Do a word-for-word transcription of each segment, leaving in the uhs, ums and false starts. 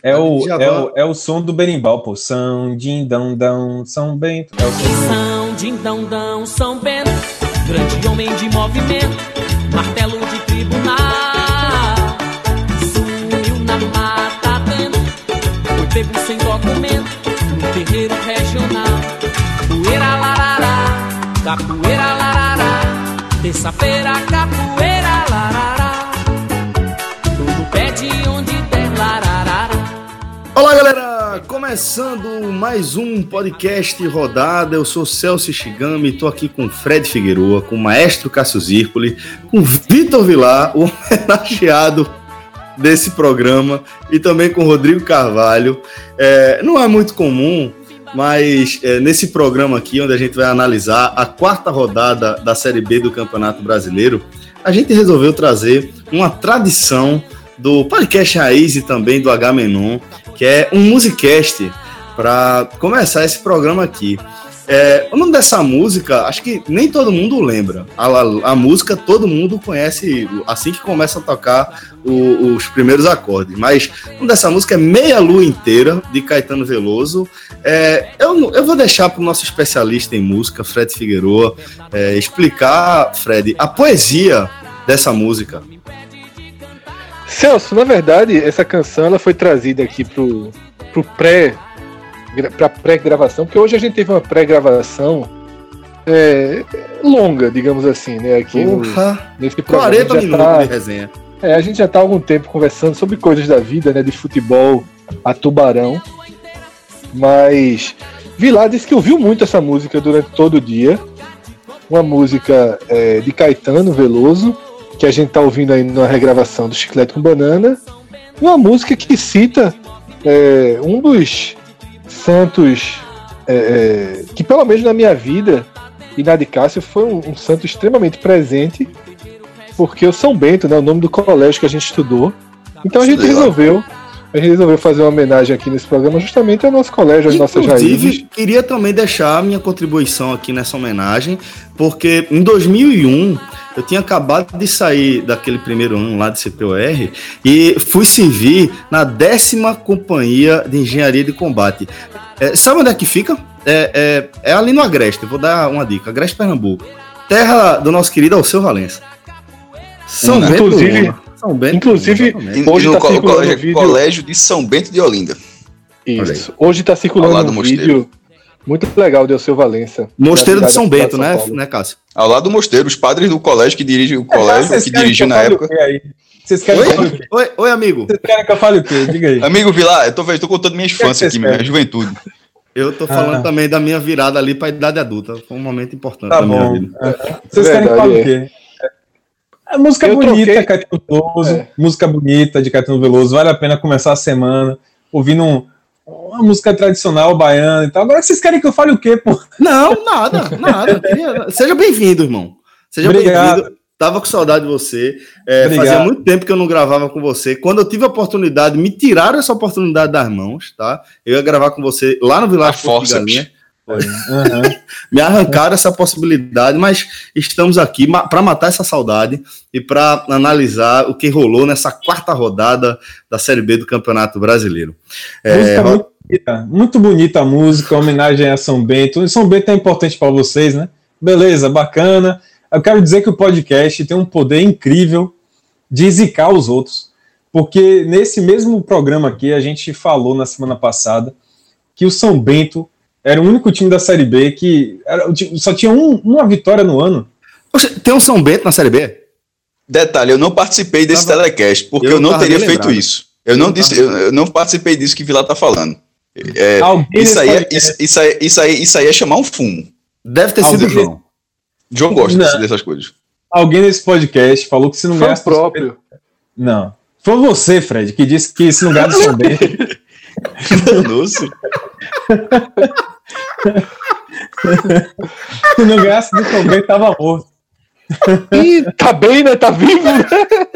É o, é, o, é o som do berimbau, pô. São Dindão-dão, São Bento. É o som São Dindão-dão, São Bento, grande homem de movimento, martelo de tribunal. Sumiu na mata dentro, foi pego sem documento, no terreiro regional. Poeira larará, capoeira larará, terça-feira capoeira larará, todo pé de onde der larará. Olá, galera! Começando mais um podcast Rodada. Eu sou Celso Shigami, estou aqui com Fred Figueroa, com o maestro Cássio Zirpoli, com Vitor Vilar, o homenageado desse programa, e também com Rodrigo Carvalho. É, não é muito comum, mas é, nesse programa aqui, onde a gente vai analisar a quarta rodada da Série B do Campeonato Brasileiro, a gente resolveu trazer uma tradição do podcast Raiz e também do Agamenon, que é um musicast, para começar esse programa aqui. É, o nome dessa música, acho que nem todo mundo lembra. A, a, a música todo mundo conhece assim que começa a tocar o, os primeiros acordes. Mas o nome dessa música é Meia Lua Inteira, de Caetano Veloso. É, eu, eu vou deixar para o nosso especialista em música, Fred Figueroa, é, explicar, Fred, a poesia dessa música. Celso, na verdade, essa canção ela foi trazida aqui pro, pro pré, pra pré-gravação, porque hoje a gente teve uma pré-gravação é, longa, digamos assim, né? Aqui no, nesse programa. quarenta minutos tá, de resenha. É, a gente já tá há algum tempo conversando sobre coisas da vida, né? De futebol a tubarão. Mas Vilar disse que ouviu muito essa música durante todo o dia. Uma música é, de Caetano Veloso, que a gente tá ouvindo aí na regravação do Chiclete com Banana, uma música que cita é, um dos santos é, é, que, pelo menos na minha vida e na de Cássio, foi um, um santo extremamente presente, porque o São Bento, né, o nome do colégio que a gente estudou. Então a gente resolveu a gente resolveu fazer uma homenagem aqui nesse programa justamente ao nosso colégio, às nossas raízes. Inclusive, queria também deixar a minha contribuição aqui nessa homenagem, porque em dois mil e um eu tinha acabado de sair daquele primeiro ano lá de C P O R e fui servir na décima Companhia de Engenharia de Combate. É, sabe onde é que fica? É, é, é ali no Agreste, vou dar uma dica. Agreste, Pernambuco. Terra do nosso querido Alceu Valença. São Bento, inclusive, São Bento, inclusive hoje está circulando colégio, um vídeo... colégio de São Bento de Olinda. Isso. Hoje está circulando um vídeo muito legal de Alceu Valença. Mosteiro de São Bento, né, né, Cássio? Ao lado do mosteiro, os padres do colégio que dirigem o colégio, é, que dirigiu na época. Vocês querem oi? que eu fale o quê? Oi, oi, amigo. Vocês querem que eu fale o quê? Diga aí. Amigo Vilar, eu tô, eu tô contando minha infância aqui, minha juventude. Eu tô falando ah. também da minha virada ali pra idade adulta. Foi um momento importante tá da bom. minha vida. É. Vocês querem que eu fale o quê? É música eu bonita, troquei. Caetano Veloso, é. música bonita de Caetano Veloso, vale a pena começar a semana ouvindo um, uma música tradicional baiana e tal. Agora vocês querem que eu fale o quê, pô? Não, nada, nada. Queria... Seja bem-vindo, irmão. Seja Obrigado. bem-vindo. Tava com saudade de você. É, fazia muito tempo que eu não gravava com você. Quando eu tive a oportunidade, me tiraram essa oportunidade das mãos, tá? Eu ia gravar com você lá no Vilagem Porto de Galinha. Uhum. Me arrancaram essa possibilidade, mas estamos aqui ma- para matar essa saudade e para analisar o que rolou nessa quarta rodada da Série B do Campeonato Brasileiro. Música é, muito, bonita, muito bonita a música, homenagem a São Bento. São Bento é importante para vocês, né? Beleza, bacana. Eu quero dizer que o podcast tem um poder incrível de zicar os outros, porque nesse mesmo programa aqui a gente falou na semana passada que o São Bento era o único time da Série B que era, só tinha um, uma vitória no ano. Poxa, tem um São Bento na Série B? Detalhe, eu não participei desse tava, telecast, porque eu, eu não teria feito isso. Eu não, disse, eu, eu não participei disso que Vilar tá falando. É, isso, aí é, isso, isso, aí, isso, aí, isso aí é chamar um fumo. Deve ter Alguém, sido o João. João gosta não. dessas coisas. Alguém nesse podcast falou que se não ganhasse... Foi o próprio. Não. Foi você, Fred, que disse que se não ganhasse São Bento... Nossa. Se não ganhasse do São Bento, tava morto. Ih, tá bem, né? Tá vivo, né?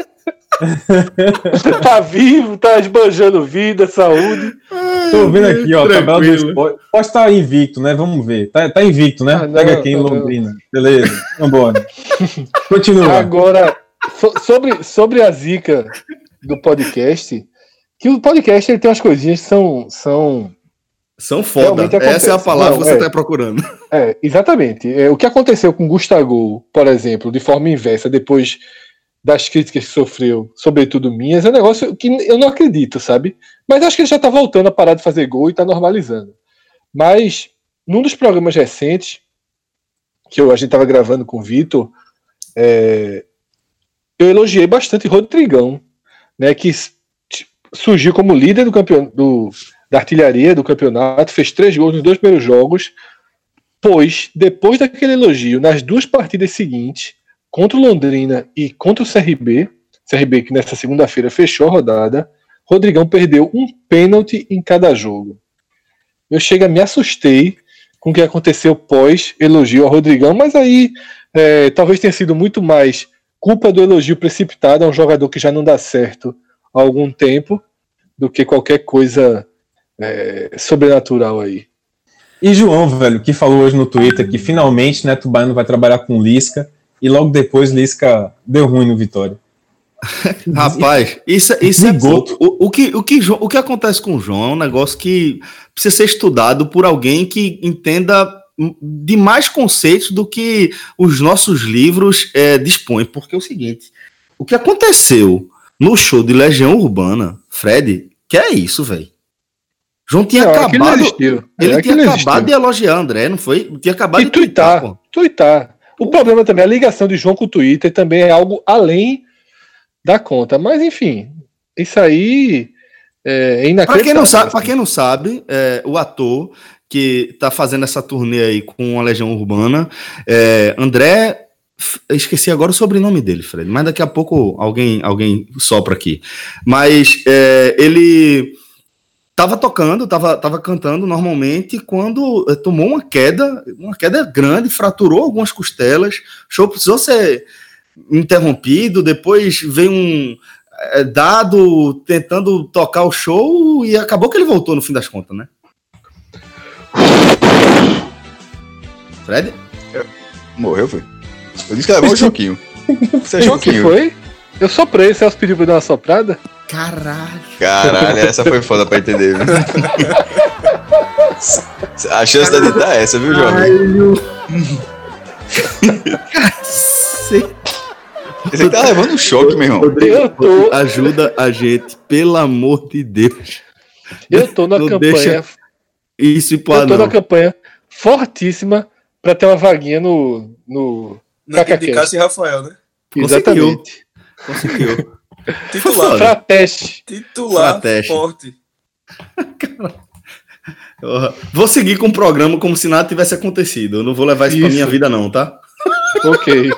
Tá vivo, tá esbanjando vida, saúde. Tô vendo aqui, ó, tabela do esporte. Pode estar invicto, né? Vamos ver. Tá, tá invicto, né? Ah, não, Pega aqui em Londrina. Não. Beleza, vambora. Continua. Agora, so, sobre, sobre a zica do podcast, que o podcast ele tem umas coisinhas que são... são... São foda. Essa é a palavra Não, que você está é, procurando. É, exatamente. É, o que aconteceu com Gustavo, por exemplo, de forma inversa, depois das críticas que sofreu, sobretudo minhas, é um negócio que eu não acredito, sabe? Mas acho que ele já está voltando a parar de fazer gol e está normalizando. Mas, num dos programas recentes, que eu, a gente estava gravando com o Vitor, é, eu elogiei bastante Rodrigão, né, que surgiu como líder do campeonato, do, da artilharia do campeonato, fez três gols nos dois primeiros jogos, pois, depois daquele elogio, nas duas partidas seguintes, contra o Londrina e contra o C R B, C R B que nessa segunda-feira fechou a rodada, Rodrigão perdeu um pênalti em cada jogo. Eu chego a me assustei com o que aconteceu pós elogio ao Rodrigão, mas aí é, talvez tenha sido muito mais culpa do elogio precipitado a um jogador que já não dá certo há algum tempo do que qualquer coisa é, sobrenatural aí. E João, velho, que falou hoje no Twitter que finalmente Neto Baiano vai trabalhar com Lisca e logo depois Lisca deu ruim no Vitória. Rapaz, isso, isso é gosto. O, o, que, o, que, o que acontece com o João é um negócio que precisa ser estudado por alguém que entenda de mais conceitos do que os nossos livros é, dispõem. Porque é o seguinte, o que aconteceu no show de Legião Urbana, Fred, que é isso, velho? João tinha é, acabado ele é, tinha acabado existiu. de elogiar André, não foi? Tinha acabado e de twittar, twittar, twittar. O problema também, a ligação de João com o Twitter também é algo além da conta, mas enfim, isso aí é inacreditável. Para quem não sabe, para quem não sabe, é, o ator que tá fazendo essa turnê aí com a Legião Urbana, é, André, esqueci agora o sobrenome dele, Fred, mas daqui a pouco alguém, alguém sopra aqui. Mas é, ele tava tocando, tava, tava cantando normalmente quando é, tomou uma queda, uma queda grande, fraturou algumas costelas, o show precisou ser interrompido, depois veio um é, dado tentando tocar o show e acabou que ele voltou no fim das contas, né? Fred? É, morreu, foi? Eu disse que levou o Joquinho. Você é o que foi? Eu soprei, Celso pediu pra dar uma soprada? Caralho. Caralho, essa foi foda pra entender. Viu? A chance da editar é essa, viu, João? Cacete. Você tá levando um choque, meu irmão. Eu tô... Ajuda a gente, pelo amor de Deus. Eu tô na não campanha. Deixa isso ir Eu tô não. na campanha fortíssima pra ter uma vaguinha no. no Na de Cássio e Rafael, né? Exatamente. Conseguiu. Titular. Frateste. Titular Frateste. Forte. Vou seguir com o programa como se nada tivesse acontecido. Eu não vou levar isso, isso. pra minha vida, não, tá? Ok.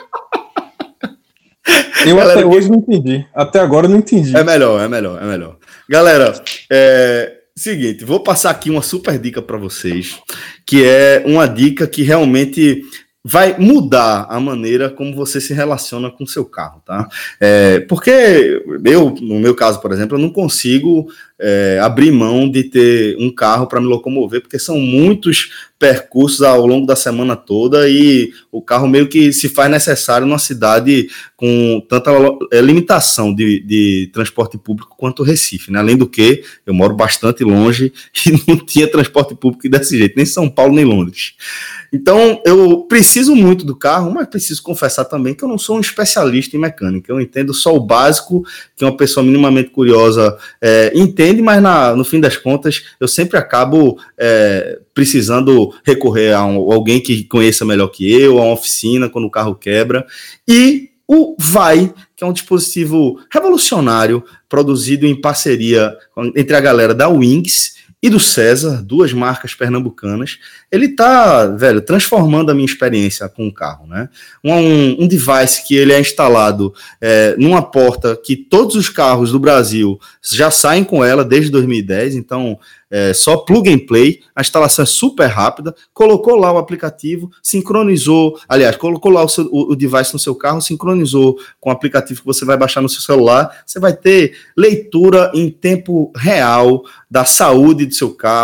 Eu Galera, até hoje não entendi. Até agora eu não entendi. É melhor, é melhor, é melhor. Galera, é... seguinte, vou passar aqui uma super dica para vocês, que é uma dica que realmente vai mudar a maneira como você se relaciona com o seu carro, tá? É, porque eu, no meu caso, por exemplo, eu não consigo é, abrir mão de ter um carro para me locomover, porque são muitos percursos ao longo da semana toda e o carro meio que se faz necessário numa cidade com tanta limitação de, de transporte público quanto o Recife, né? Além do que, eu moro bastante longe e não tinha transporte público desse jeito, nem São Paulo, nem Londres. Então, eu preciso muito do carro, mas preciso confessar também que eu não sou um especialista em mecânica. Eu entendo só o básico, que uma pessoa minimamente curiosa é, entende, mas na, no fim das contas, eu sempre acabo é, precisando recorrer a um, alguém que conheça melhor que eu, a uma oficina, quando o carro quebra. E o Vai, que é um dispositivo revolucionário, produzido em parceria entre a galera da Wings e do César, duas marcas pernambucanas, ele tá, velho, transformando a minha experiência com o carro, né? Um, um device que ele é instalado é, numa porta que todos os carros do Brasil já saem com ela desde dois mil e dez, então é só plug and play, a instalação é super rápida, colocou lá o aplicativo, sincronizou, aliás, colocou lá o, seu, o, o device no seu carro, sincronizou com o aplicativo que você vai baixar no seu celular, você vai ter leitura em tempo real da saúde do seu carro,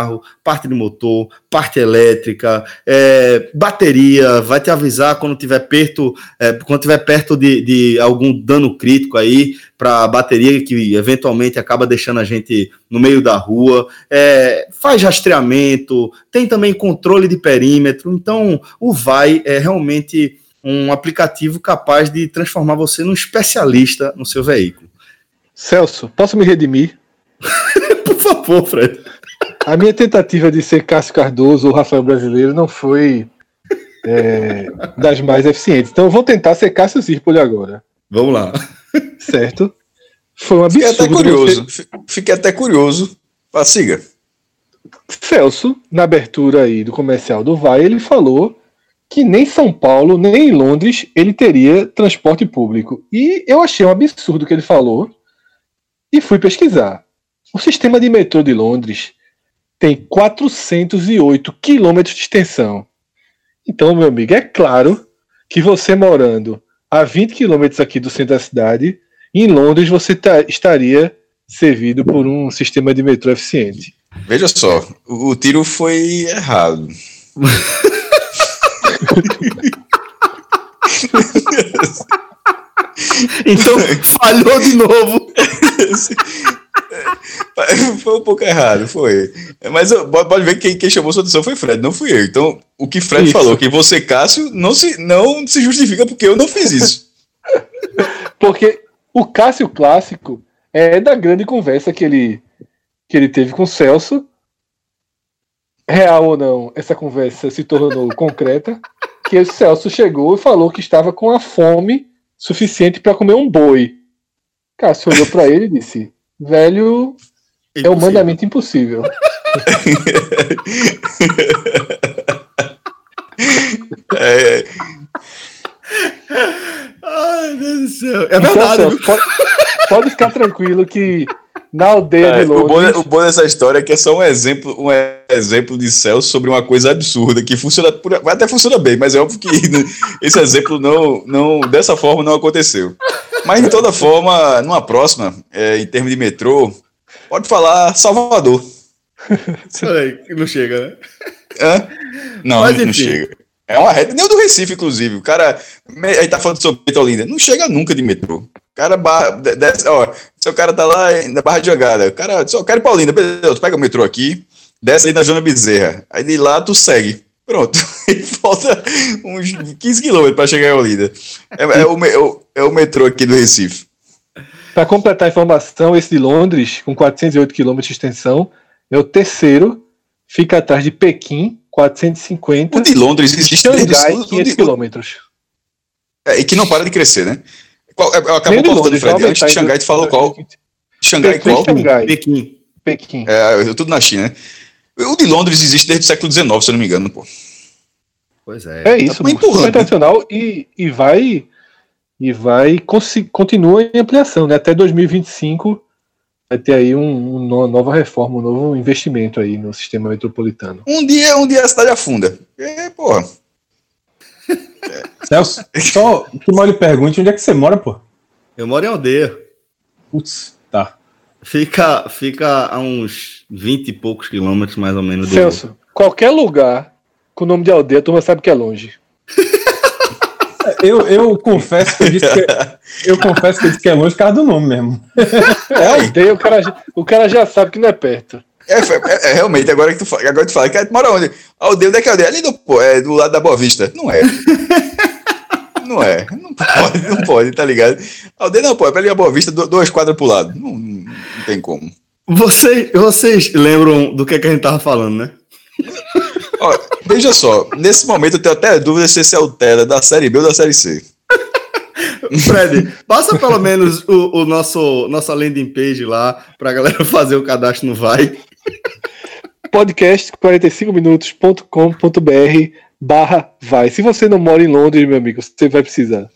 parte de motor, parte elétrica, é, bateria, vai te avisar quando tiver perto, é, quando tiver perto de, de algum dano crítico aí para a bateria que eventualmente acaba deixando a gente no meio da rua, é, faz rastreamento, tem também controle de perímetro. Então o Vai é realmente um aplicativo capaz de transformar você num especialista no seu veículo. Celso, posso me redimir? Por favor, Fred. A minha tentativa de ser Cássio Cardoso ou Rafael Brasileiro não foi é, das mais eficientes. Então eu vou tentar ser Cássio Zirpoli agora. Vamos lá. Certo? Foi um absurdo. Fiquei até curioso. Você... Fiquei até curioso. Ah, siga. Celso, na abertura aí do comercial do Vai, ele falou que nem São Paulo, nem em Londres, ele teria transporte público. E eu achei um absurdo o que ele falou e fui pesquisar. O sistema de metrô de Londres tem quatrocentos e oito quilômetros de extensão. Então, meu amigo, é claro que você morando a vinte quilômetros aqui do centro da cidade, em Londres você tá, estaria servido por um sistema de metrô eficiente. Veja só, o, o tiro foi errado. Então, falhou de novo. Foi um pouco errado, foi. Mas pode ver que quem, quem chamou sua atenção foi Fred, não fui eu. Então, o que Fred isso. falou, que você, Cássio, não se, não se justifica porque eu não fiz isso. Porque o Cássio clássico é da grande conversa que ele, que ele teve com o Celso. Real ou não, essa conversa se tornou concreta. Que o Celso chegou e falou que estava com a fome suficiente para comer um boi. Cássio olhou para ele e disse: velho, impossível. É um mandamento impossível. é. Ai, meu Deus do céu. É verdade. Então, pode, pode ficar tranquilo que na aldeia é, de Londres... O bom, o bom dessa história é que é só um exemplo, um exemplo de Celso sobre uma coisa absurda, que funciona, até funciona bem, mas é óbvio que esse exemplo não, não, dessa forma não aconteceu. Mas de toda forma, numa próxima, é, em termos de metrô, pode falar Salvador. Não chega, né? Hã? Não, mas, não chega. É uma reta, nem o do Recife, inclusive. O cara, aí tá falando sobre Petrolina, não chega nunca de metrô. O cara, desce, ó, seu cara tá lá na Barra de Jogada, o cara, só quero Paulina, beleza, tu pega o metrô aqui, desce aí na Joana Bezerra, aí de lá tu segue. Pronto, e falta uns quinze quilômetros para chegar em Olinda. É, é, o, é, o, é o metrô aqui do Recife. Para completar a informação, esse de Londres, com quatrocentos e oito quilômetros de extensão, é o terceiro, fica atrás de Pequim, quatrocentos e cinquenta. O de Londres existe... Xangai, quinhentos quilômetros. É, e que não para de crescer, né? Qual, acabou cortando, Fred. Antes de Xangai, tu falou qual? Xangai qual? Xangai. Pequim. Pequim. É, tudo na China, né? O de Londres existe desde o século dezenove, se eu não me engano, pô. Pois é. É isso, tá empurrando, internacional, né? e, e vai e vai continua em ampliação, né? Até dois mil e vinte e cinco vai ter aí um, uma nova reforma, um novo investimento aí no sistema metropolitano. Um dia, um dia a cidade afunda. É, porra. É. Celso, só que mal lhe pergunte, onde é que você mora, pô? Eu moro em aldeia. Putz, tá. Fica, fica a uns vinte e poucos quilômetros, mais ou menos. Celso, do... qualquer lugar com o nome de aldeia, a turma sabe que é longe. eu, eu confesso que eu disse que, eu confesso que eu disse que é longe por causa do nome mesmo. É aldeia, o cara, o cara já sabe que não é perto. É, é, é realmente, agora que tu fala, agora tu fala, que mora onde? A aldeia, onde é que é a aldeia? Ali do, pô, é do lado da Boa Vista. Não é. Não é. Não pode, não pode, tá ligado? A aldeia não pode, é ali a Boa Vista, duas quadras pro lado. Não, não, não tem como. Vocês, vocês lembram do que, é que a gente tava falando, né? Ó, veja só, nesse momento eu tenho até dúvida se esse é o Tela da Série B ou da Série C. Fred, passa pelo menos o, o nosso nossa landing page lá pra galera fazer o cadastro no Vai. podcast quarenta e cinco minutos ponto com ponto b r barra vai. Se você não mora em Londres, meu amigo, você vai precisar.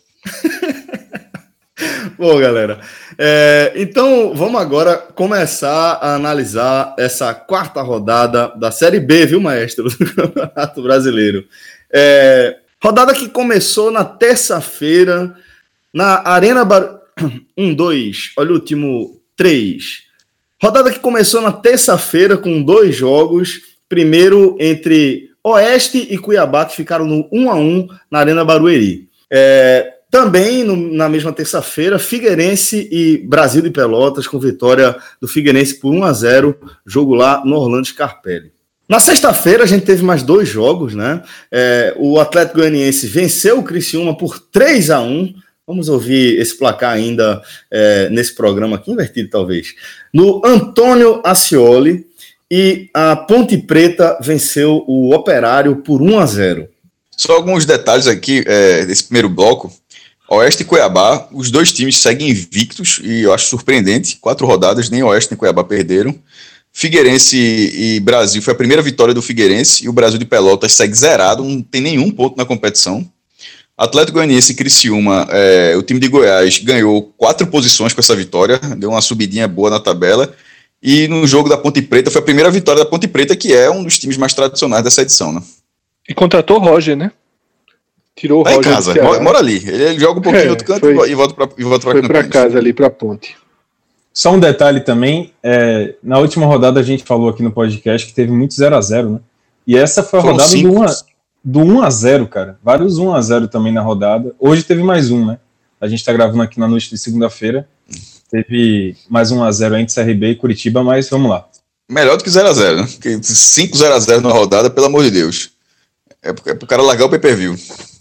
Bom, galera, é, então vamos agora começar a analisar essa quarta rodada da Série B, viu, maestro, do Campeonato Brasileiro. É, rodada que começou na terça-feira, na Arena Bar... um, dois, olha o último três. Rodada que começou na terça-feira com dois jogos primeiro entre Oeste e Cuiabá, que ficaram no um a um na Arena Barueri. É, também no, na mesma terça-feira, Figueirense e Brasil de Pelotas, com vitória do Figueirense por um a zero, jogo lá no Orlando Scarpelli. Na sexta-feira a gente teve mais dois jogos, né? É, o Atlético Goianiense venceu o Criciúma por três a um. Vamos ouvir esse placar ainda é, nesse programa aqui, invertido talvez. No Antônio Ascioli, e a Ponte Preta venceu o Operário por um a zero. Só alguns detalhes aqui é, desse primeiro bloco. Oeste e Cuiabá, os dois times seguem invictos e eu acho surpreendente. Quatro rodadas, nem Oeste nem Cuiabá perderam. Figueirense e Brasil foi a primeira vitória do Figueirense e o Brasil de Pelotas segue zerado, não tem nenhum ponto na competição. Atlético Goianiense e Criciúma, é, o time de Goiás ganhou quatro posições com essa vitória, deu uma subidinha boa na tabela. E no jogo da Ponte Preta, foi a primeira vitória da Ponte Preta, que é um dos times mais tradicionais dessa edição, né? E contratou o Roger, né? Tirou o tá Roger. Em casa, mora ali. Ele joga um pouquinho é, no outro canto foi, e volta para volta Foi para casa ali, para a Ponte. Só um detalhe também, é, na última rodada a gente falou aqui no podcast que teve muito zero a zero, né? E essa foi a Foram rodada do, do um a zero, cara. Vários um a zero também na rodada. Hoje teve mais um, né? A gente tá gravando aqui na noite de segunda-feira. Teve mais um a zero entre C R B e Curitiba, mas vamos lá. Melhor do que zero a zero, né? Porque cinco a zero a zero na rodada, pelo amor de Deus. É pro, é pro cara largar o pay-per-view.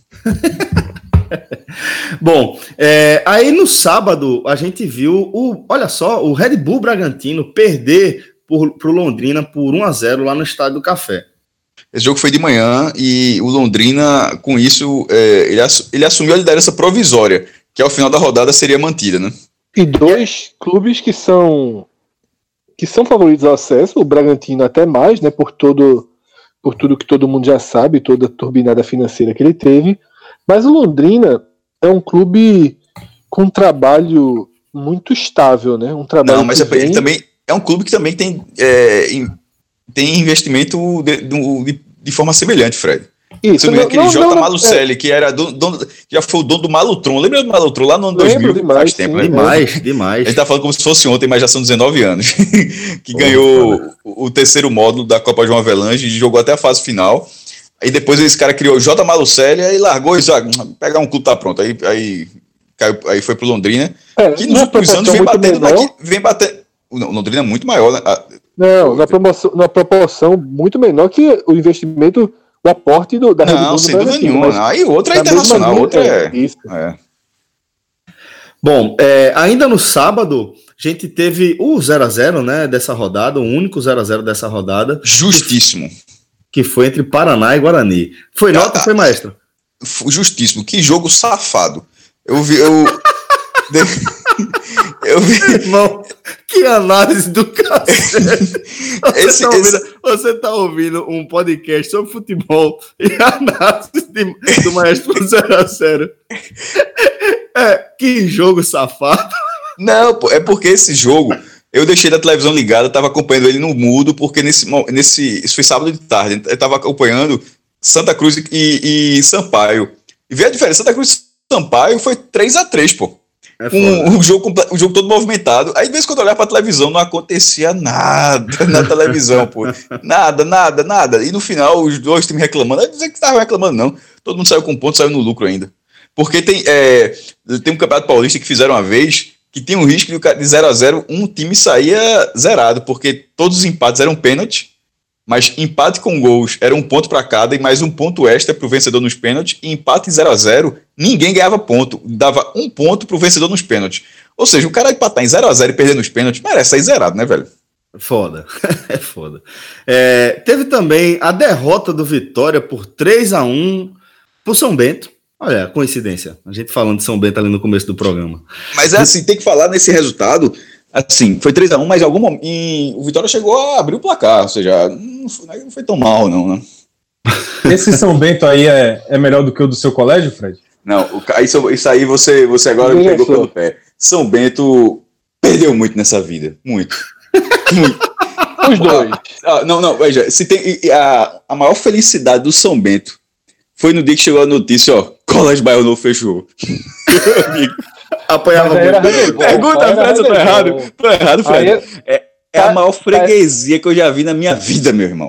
Bom, é, aí no sábado a gente viu, o, olha só, o Red Bull Bragantino perder por, pro Londrina por um a zero lá no Estádio do Café. Esse jogo foi de manhã e o Londrina, com isso, é, ele, ass, ele assumiu a liderança provisória, que ao final da rodada seria mantida, né? E dois clubes que são que são favoritos ao acesso, o Bragantino até mais, né, por todo por tudo que todo mundo já sabe, toda a turbinada financeira que ele teve, mas o Londrina é um clube com um trabalho muito estável, né? Um trabalho Não, mas é, vem... ele também é um clube que também tem é, tem investimento de, de, de forma semelhante, Fred. Isso, não, aquele não, J. Malucelli, é. que era dono, dono, já foi o dono do Malutron. Lembra do Malutron lá no ano dois mil? Demais, faz tempo, sim, né? Demais, demais. A gente tá falando como se fosse ontem, mas já são dezenove anos. que oh, ganhou cara. o terceiro módulo da Copa João Avelange, jogou até a fase final. Aí depois esse cara criou o J. Malucelli, aí largou e ah, pegar um clube tá pronto. Aí, aí, caiu, aí foi pro Londrina, é, que nos últimos anos vem batendo daqui, vem batendo. O Londrina é muito maior, né? Não, na proporção, na proporção muito menor que o investimento. O aporte do, da Red Bull. Não, sem dúvida nenhuma. Aí outra é internacional, outra é... Isso. é. Bom, é, ainda no sábado, a gente teve o zero a zero, né, dessa rodada, o único zero a zero dessa rodada. Justíssimo. Que, que foi entre Paraná e Guarani. Foi nota ou foi, maestro? Justíssimo. Que jogo safado. Eu vi... Eu... Eu vi... Irmão, que análise do cacete. Você, esse, tá ouvindo, esse... você tá ouvindo um podcast sobre futebol e análise de, do Maestro zero a zero. É, que jogo safado. Não, é porque esse jogo eu deixei da televisão ligada, tava acompanhando ele no mudo, porque nesse, nesse isso foi sábado de tarde, eu tava acompanhando Santa Cruz e, e Sampaio. E vê a diferença, Santa Cruz e Sampaio foi três a três, pô. É um, um, jogo, um jogo todo movimentado. Aí, de vez em quando eu olhava pra televisão, não acontecia nada na televisão, pô. Nada, nada, nada. E no final, os dois times reclamando. Não dizer que estavam reclamando, não. Todo mundo saiu com ponto, saiu no lucro ainda. Porque tem, é, tem um Campeonato Paulista que fizeram uma vez que tem um risco de zero a zero um time saía zerado, porque todos os empates eram pênalti. Mas empate com gols era um ponto para cada e mais um ponto extra para o vencedor nos pênaltis. E empate zero a zero, ninguém ganhava ponto. Dava um ponto para o vencedor nos pênaltis. Ou seja, o cara empatar em zero a zero e perder nos pênaltis merece sair zerado, né, velho? Foda. É foda. É, teve também a derrota do Vitória por três a um pro São Bento. Olha, coincidência. A gente falando de São Bento ali no começo do programa. Mas é assim, tem que falar nesse resultado... Assim, foi três a um, mas em algum momento e o Vitória chegou a abrir o placar, ou seja, não foi, não foi tão mal, não, né? Esse São Bento aí é, é melhor do que o do seu colégio, Fred? Não, o, isso, isso aí você, você agora me pegou pelo pé. São Bento perdeu muito nessa vida, muito. muito. Os dois. Ah, não, não, veja, se tem, a, a maior felicidade do São Bento foi no dia que chegou a notícia, ó, Colégio Bairro Novo fechou. Amigo. Apanhava muito. Pergunta, Fred, eu tô errado. Tô errado, Fred. É, é a maior freguesia que eu já vi na minha vida, meu irmão.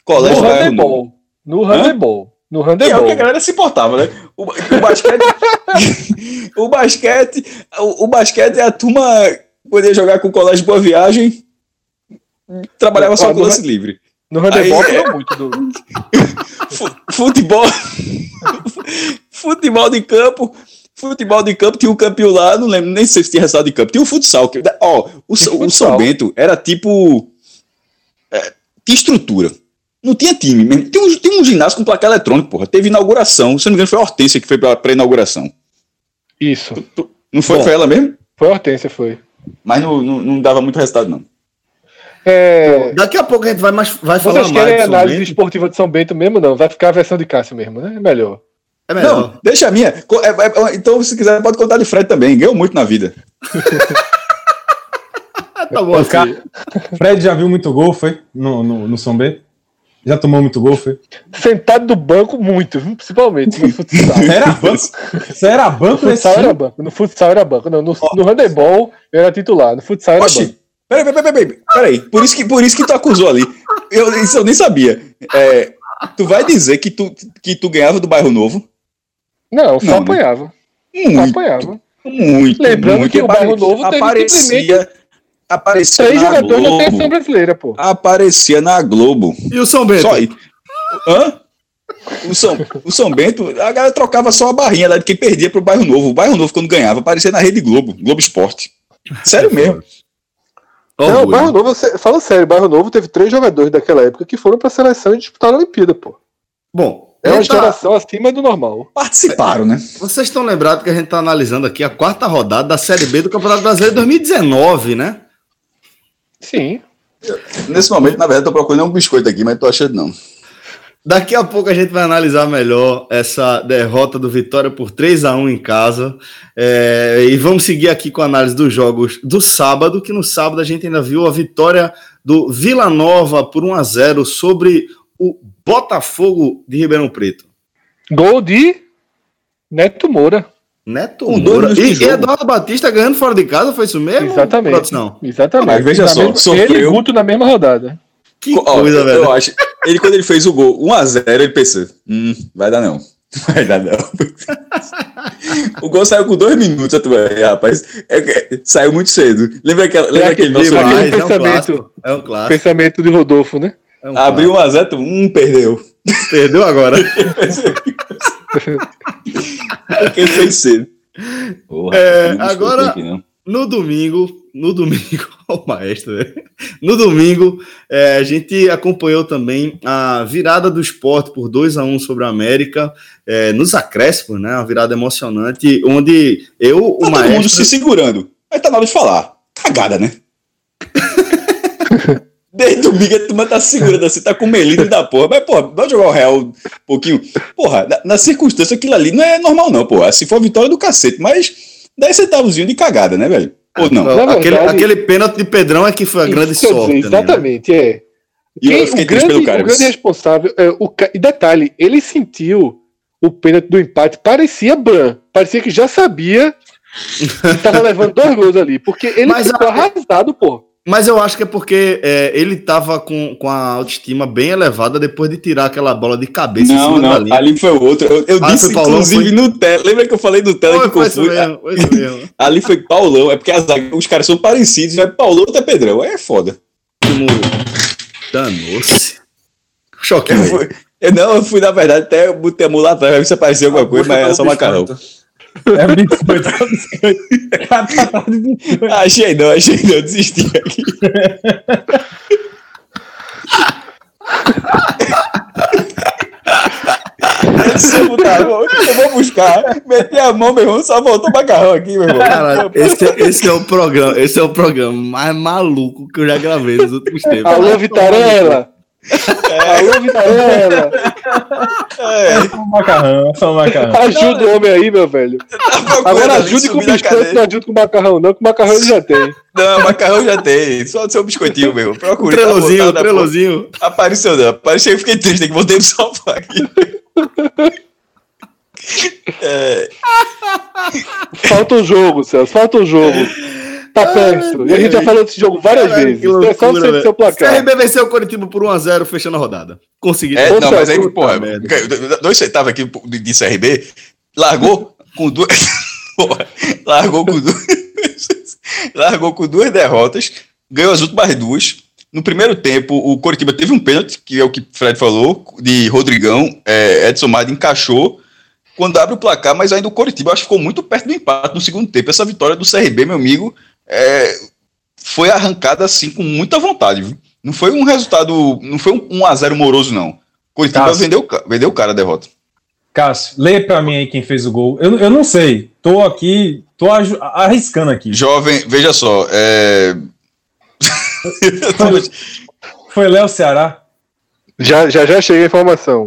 Colégio no Bairro handebol. Novo. No handebol. No E é o handebol. que a galera se importava, né? O, o basquete. o basquete. O, o basquete é a turma poder jogar com o Colégio Boa Viagem. Trabalhava só com lance livre. No handebol Aí, não muito. Do... Futebol. Futebol de campo. Futebol de campo, tinha um campeão lá, não lembro nem sei se tinha resultado de campo. Tinha o futsal. Que, ó, o, o São Bento era tipo. É, tinha estrutura. Não tinha time mesmo. Tem um, tem um ginásio com placa eletrônica, porra. Teve inauguração. Se não me engano, foi a Hortência que foi pra, pra inauguração. Isso. Não foi, Bom, foi ela mesmo? Foi a Hortência, foi. Mas não, não, não dava muito resultado, não. É... Daqui a pouco a gente vai, mais, vai falar Vocês mais. querem de São análise Bento. esportiva de São Bento mesmo? Não. Vai ficar a versão de Cássio mesmo, né? É melhor. É melhor. Não, deixa a minha. É, é, é, então, se quiser, pode contar de Fred também. Ganhou muito na vida. Tá bom, O assim. cara- Fred já viu muito gol, foi? No, no, no São Bento? Já tomou muito gol, foi? Sentado no banco, muito, viu? Principalmente no futsal. Era banco? Você era banco No nesse futsal era time? banco. No futsal era banco. Não, no, no handebol eu era titular. No futsal era banco. Oxi, peraí, peraí, peraí, peraí. Peraí, por isso que, por isso que tu acusou ali. Eu, isso eu nem sabia. É, tu vai dizer que tu, que tu ganhava do Bairro Novo? Não, só Não, apanhava. Só Muito, apanhava. muito. Lembrando muito. que o Bairro Novo teve aparecia, simplesmente aparecia três na jogadores da seleção Globo. brasileira, pô. Aparecia na Globo. E o São Bento? Só aí. Hã? O São, o São Bento, a galera trocava só a barrinha lá de quem perdia pro Bairro Novo. O Bairro Novo, quando ganhava, aparecia na Rede Globo, Globo Esporte. Sério mesmo. Ó, Não, o Rui. Bairro Novo, você- fala sério, o Bairro Novo teve três jogadores daquela época que foram pra seleção e disputaram a Olimpíada, pô. Bom, É uma a gente tá- geração acima do normal. Participaram, né? vocês estão lembrados que a gente tá analisando aqui a quarta rodada da Série B do Campeonato Brasileiro de dois mil e dezenove, né? Sim. Nesse momento, na verdade, tô procurando um biscoito aqui, mas tô achando não. Daqui a pouco a gente vai analisar melhor essa derrota do Vitória por três a um em casa. É, e vamos seguir aqui com a análise dos jogos do sábado, que no sábado a gente ainda viu a vitória do Vila Nova por um a zero sobre o Botafogo de Ribeirão Preto. Gol de Neto Moura. Neto Com dois Moura. minutos de E, e jogo. Eduardo Batista ganhando fora de casa, foi isso mesmo? Exatamente. Produção? Exatamente. Mas veja Na só, mesma- sofreu- Ele e Guto na mesma rodada. Que Ó, coisa, eu, velho. eu acho. Ele, quando ele fez o gol um a zero, ele pensou: hum, vai dar não. Vai dar não. O gol saiu com dois minutos, a tua, é, rapaz. É, é, saiu muito cedo. Lembra, aquela, lembra aquele nosso Demais, amigo? aquele é um pensamento. clássico. É um clássico. Pensamento de Rodolfo, né? É um Abriu um a zero, tu, hum, perdeu. clássico. Perdeu agora. Porque fez cedo. Porra, É, não me agora- escutei aqui, não. No domingo, no domingo, ó, o maestro, né? No domingo, é, a gente acompanhou também a virada do Sport por dois a um sobre a América, é, nos acréscimos, né? Uma virada emocionante, onde eu, o Tá todo mundo maestro... se segurando. Aí tá na hora de falar. Cagada, né? Desde domingo a turma tá se segurando assim, tá com melindre da porra. Mas, porra, vai jogar o Real um pouquinho. Porra, na, na circunstância, aquilo ali não é normal, não, porra. Se for vitória do cacete, mas dez centavozinhos de cagada, né, velho? Ou não? Não, Na aquele, verdade- aquele pênalti de Pedrão é que foi a grande Isso que eu sorte. dizer, né? exatamente, é. E eu Quem- fiquei o, triste grande, pelo cara. o grande responsável. É, o, ca- e detalhe, ele sentiu o pênalti do empate, parecia Bran. Parecia que já sabia que tava levando dois gols ali. Porque ele Mas ficou a- arrasado, pô. Mas eu acho que é porque é, ele tava com, com a autoestima bem elevada depois de tirar aquela bola de cabeça em Não, cima da não, linha. ali foi outro. Eu, eu Ah, disse, foi Paulão, inclusive, foi? no tela. Lembra que eu falei no tela Foi, que foi isso confundi? mesmo, foi isso mesmo. Ali foi Paulão, é porque as, os caras são parecidos, mas Paulão até Pedrão. Aí é foda. Como danou-se. Choque, Eu, velho. fui, eu não, eu fui, na verdade, até botei a mão lá atrás, pra ver se apareceu alguma coisa, mas é só macarrão. É biscoito, é biscoito. Batata de biscoito. Achei não, achei não, desisti aqui. Se eu, botar, eu vou- eu vou buscar, meti a mão, meu irmão, só voltou macarrão aqui, meu irmão. Cara, esse, é- esse é o programa, esse é o programa mais maluco que eu já gravei nos últimos tempos. Alô, Vitarella! Alô, Vitarella! É, Só um macarrão, só um macarrão. Ajuda o homem aí, meu velho. Agora ajude com biscoito, não ajude com macarrão, não, que macarrão ele já tem. Não, macarrão já tem, só seu biscoitinho, meu. O Procurei. trelozinho, tá o botado na trelozinho. porra. Apareceu não, apareceu e fiquei triste, que voltei no sofá aqui. É, Falta o jogo, Celso, falta o jogo. Tá perto. E a gente já falou desse jogo várias Caralho, vezes. que loucura, é só você velho. seu placar. C R B venceu o Coritiba por um a zero, fechando a rodada. Conseguiu. É, não, mas aí, Puta porra, merda. dois centavos aqui de, de C R B, largou com duas. Porra, largou com duas. largou com duas derrotas, ganhou as últimas duas. No primeiro tempo, o Coritiba teve um pênalti, que é o que o Fred falou, de Rodrigão, é, Edson Madi encaixou. Quando abre o placar, mas ainda o Coritiba acho que ficou muito perto do empate no segundo tempo. Essa vitória do C R B, meu amigo, é, foi arrancada assim com muita vontade. Viu? Não foi um resultado, não foi um um a zero moroso, não. O Coritiba vendeu, vendeu o cara a derrota. Cássio, leia pra mim aí quem fez o gol. Eu, eu não sei, tô aqui, tô arriscando aqui. Jovem, veja só, é... Foi, foi Léo Ceará? Já, já, já cheguei a informação.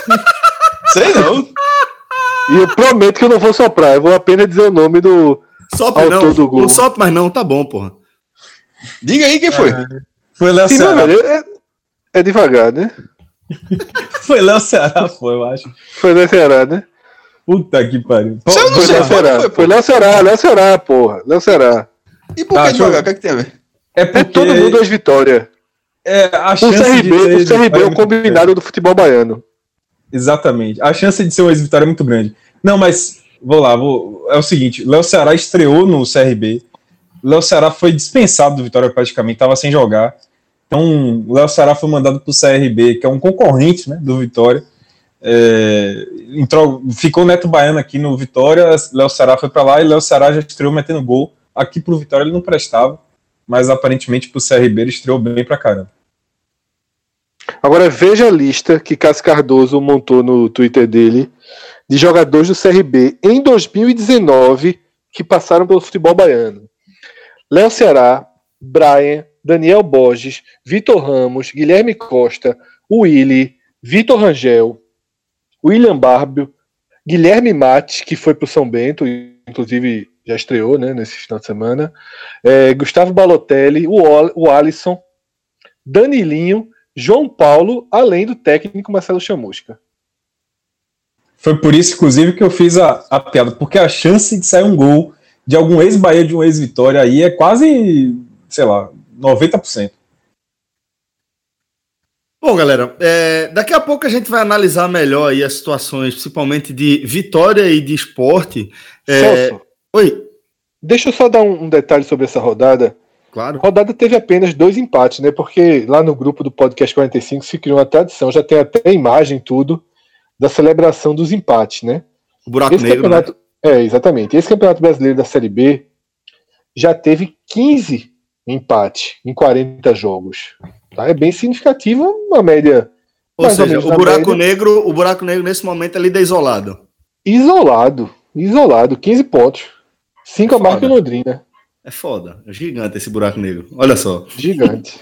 Sei não. E eu prometo que eu não vou soprar, eu vou apenas dizer o nome do Sopre autor não, do gol. não sopre mais não, tá bom, porra. Diga aí quem foi. É, foi Léo Sim, Ceará. velho, é, é devagar, né? Foi Léo Ceará, foi, eu acho. Foi Léo Ceará, né? Puta que pariu. Você não Foi sei, Léo foi, Ceará, foi, foi Léo Ceará, Léo Ceará, porra. Léo Ceará. E por Tá, que deixa eu- devagar? O que é que tem a ver? É É porque todo mundo as vitórias. é, a O chance C R de B, ter o C R B é vitória o muito combinado do futebol baiano. grande. Exatamente. A chance de ser uma ex-vitória é muito grande. Não, mas vou lá, vou, é o seguinte, Léo Ceará estreou no C R B. Léo Ceará foi dispensado do Vitória praticamente, estava sem jogar. Então, o Léo Ceará foi mandado para o C R B, que é um concorrente, né, do Vitória. É, entrou, ficou o Neto Baiano aqui no Vitória, Léo Ceará foi para lá e Léo Ceará já estreou metendo gol. Aqui pro Vitória ele não prestava, mas aparentemente pro C R B ele estreou bem pra caramba. Agora veja a lista que Cássio Cardoso montou no Twitter dele de jogadores do C R B em dois mil e dezenove que passaram pelo futebol baiano. Léo Ceará, Brian, Daniel Borges, Vitor Ramos, Guilherme Costa, Willy, Vitor Rangel, William Barbio, Guilherme Mate, que foi pro São Bento, inclusive já estreou, né, nesse final de semana, é, Gustavo Balotelli, o, Ol- o Alisson, Danilinho, João Paulo, além do técnico Marcelo Chamusca. Foi por isso, inclusive, que eu fiz a, a piada, porque a chance de sair um gol de algum ex-Bahia, de um ex-Vitória aí é quase, sei lá, noventa por cento. Bom, galera, é, daqui a pouco a gente vai analisar melhor aí as situações, principalmente de Vitória e de Sport. É, Celso, Oi, deixa eu só dar um, um detalhe sobre essa rodada. claro. A rodada teve apenas dois empates, né? Porque lá no grupo do Podcast quarenta e cinco se criou uma tradição, já tem até imagem e tudo, da celebração dos empates, né? O buraco Esse negro, campeonato, né? É, exatamente. Esse campeonato brasileiro da Série B já teve quinze empates em quarenta jogos. Tá? É bem significativo, uma média. Ou mais ou seja, menos o na buraco média. negro, o buraco negro nesse momento é líder isolado. Isolado, isolado, quinze pontos. cinco a Foda. marca em Londrina. É foda, é gigante esse buraco negro. Olha só. Gigante.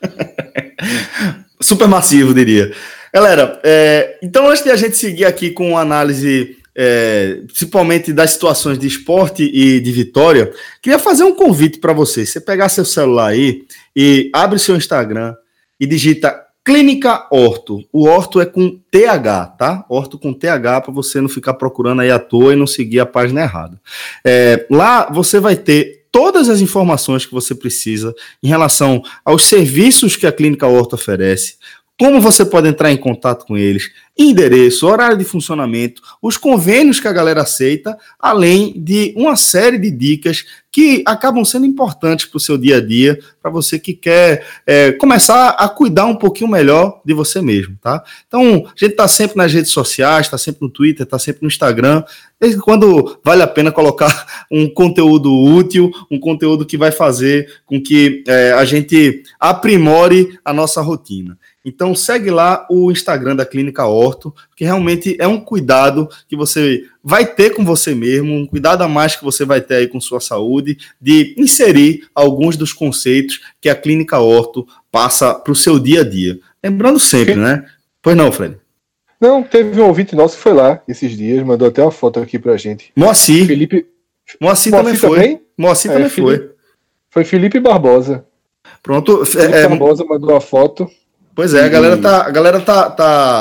Super massivo, diria. Galera, é, então antes de a gente seguir aqui com uma análise, é, principalmente das situações de Sport e de Vitória, queria fazer um convite para você. Você pegar seu celular aí e abre seu Instagram e digita Clínica Orto. O Orto é com T H, tá? Orto com T H, para você não ficar procurando aí à toa e não seguir a página errada. É, lá você vai ter todas as informações que você precisa em relação aos serviços que a Clínica Orto oferece, como você pode entrar em contato com eles, endereço, horário de funcionamento, os convênios que a galera aceita, além de uma série de dicas que acabam sendo importantes para o seu dia a dia, para você que quer é, começar a cuidar um pouquinho melhor de você mesmo, tá? Então, a gente está sempre nas redes sociais, está sempre no Twitter, está sempre no Instagram, desde quando vale a pena colocar um conteúdo útil, um conteúdo que vai fazer com que é, a gente aprimore a nossa rotina. Então segue lá o Instagram da Clínica Orto, que realmente é um cuidado que você vai ter com você mesmo, um cuidado a mais que você vai ter aí com sua saúde, de inserir alguns dos conceitos que a Clínica Orto passa para o seu dia a dia. Lembrando sempre, né? Pois não, Fred? Não, teve um ouvinte nosso que foi lá esses dias, mandou até uma foto aqui pra gente. Moacir. Felipe. Moacir, Moacir também foi. também? Moacir É, também Felipe- foi. Foi Felipe Barbosa. Pronto. Felipe É, é, Barbosa mandou uma foto. pois é, a galera tá, a galera tá, tá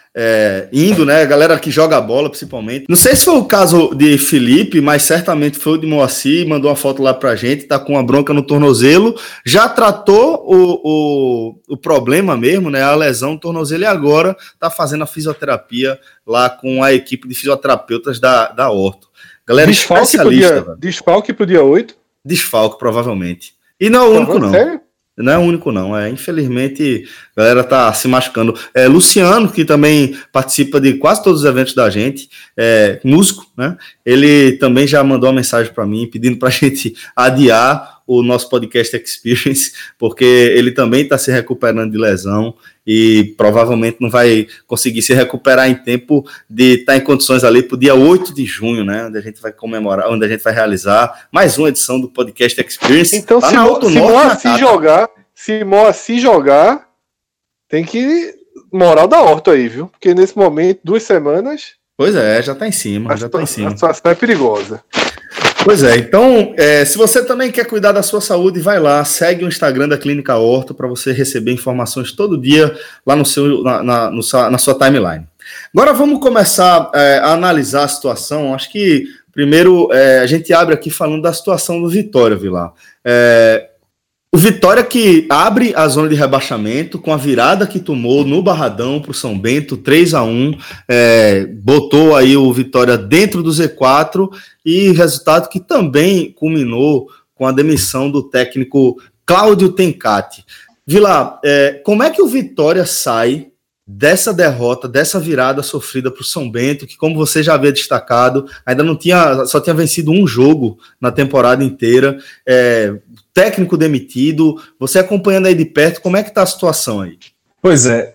é, indo, né? A galera que joga bola, principalmente. Não sei se foi o caso de Felipe, mas certamente foi o de Moacir, mandou uma foto lá pra gente, tá com uma bronca no tornozelo, já tratou o, o, o problema mesmo, né? A lesão no tornozelo, e agora tá fazendo a fisioterapia lá com a equipe de fisioterapeutas da, da Orto. Galera, desfalque especialista. Pro dia, desfalque pro dia oito? Desfalque, provavelmente. E não é o único, não. Sério? Não é o único, não. É, infelizmente, a galera tá se machucando. É, Luciano, que também participa de quase todos os eventos da gente, é, músico, né? Ele também já mandou uma mensagem para mim, pedindo para a gente adiar o nosso podcast Experience, porque ele também está se recuperando de lesão e provavelmente não vai conseguir se recuperar em tempo de estar tá em condições ali para o dia oito de junho, né? Onde a gente vai comemorar, onde a gente vai realizar mais uma edição do podcast Experience. Então, se, Mo, se Moacir jogar, se Moacir jogar, tem que moral da Horta aí, viu? Porque nesse momento, duas semanas. Pois é, já tá em cima, já tá em cima. A situação é perigosa. Pois é, então, é, se você também quer cuidar da sua saúde, vai lá, segue o Instagram da Clínica Horto para você receber informações todo dia lá no seu, na, na, no, na sua timeline. Agora vamos começar é, a analisar a situação. Acho que primeiro é, a gente abre aqui falando da situação do Vitória, Vilar. É, o Vitória que abre a zona de rebaixamento com a virada que tomou no Barradão para o São Bento, três a um, é, botou aí o Vitória dentro do Z quatro e resultado que também culminou com a demissão do técnico Cláudio Tencati. Vilar, é, como é que o Vitória sai dessa derrota, dessa virada sofrida para o São Bento, que como você já havia destacado, ainda não tinha, só tinha vencido um jogo na temporada inteira, é, técnico demitido, você acompanhando aí de perto, como é que está a situação aí? Pois é,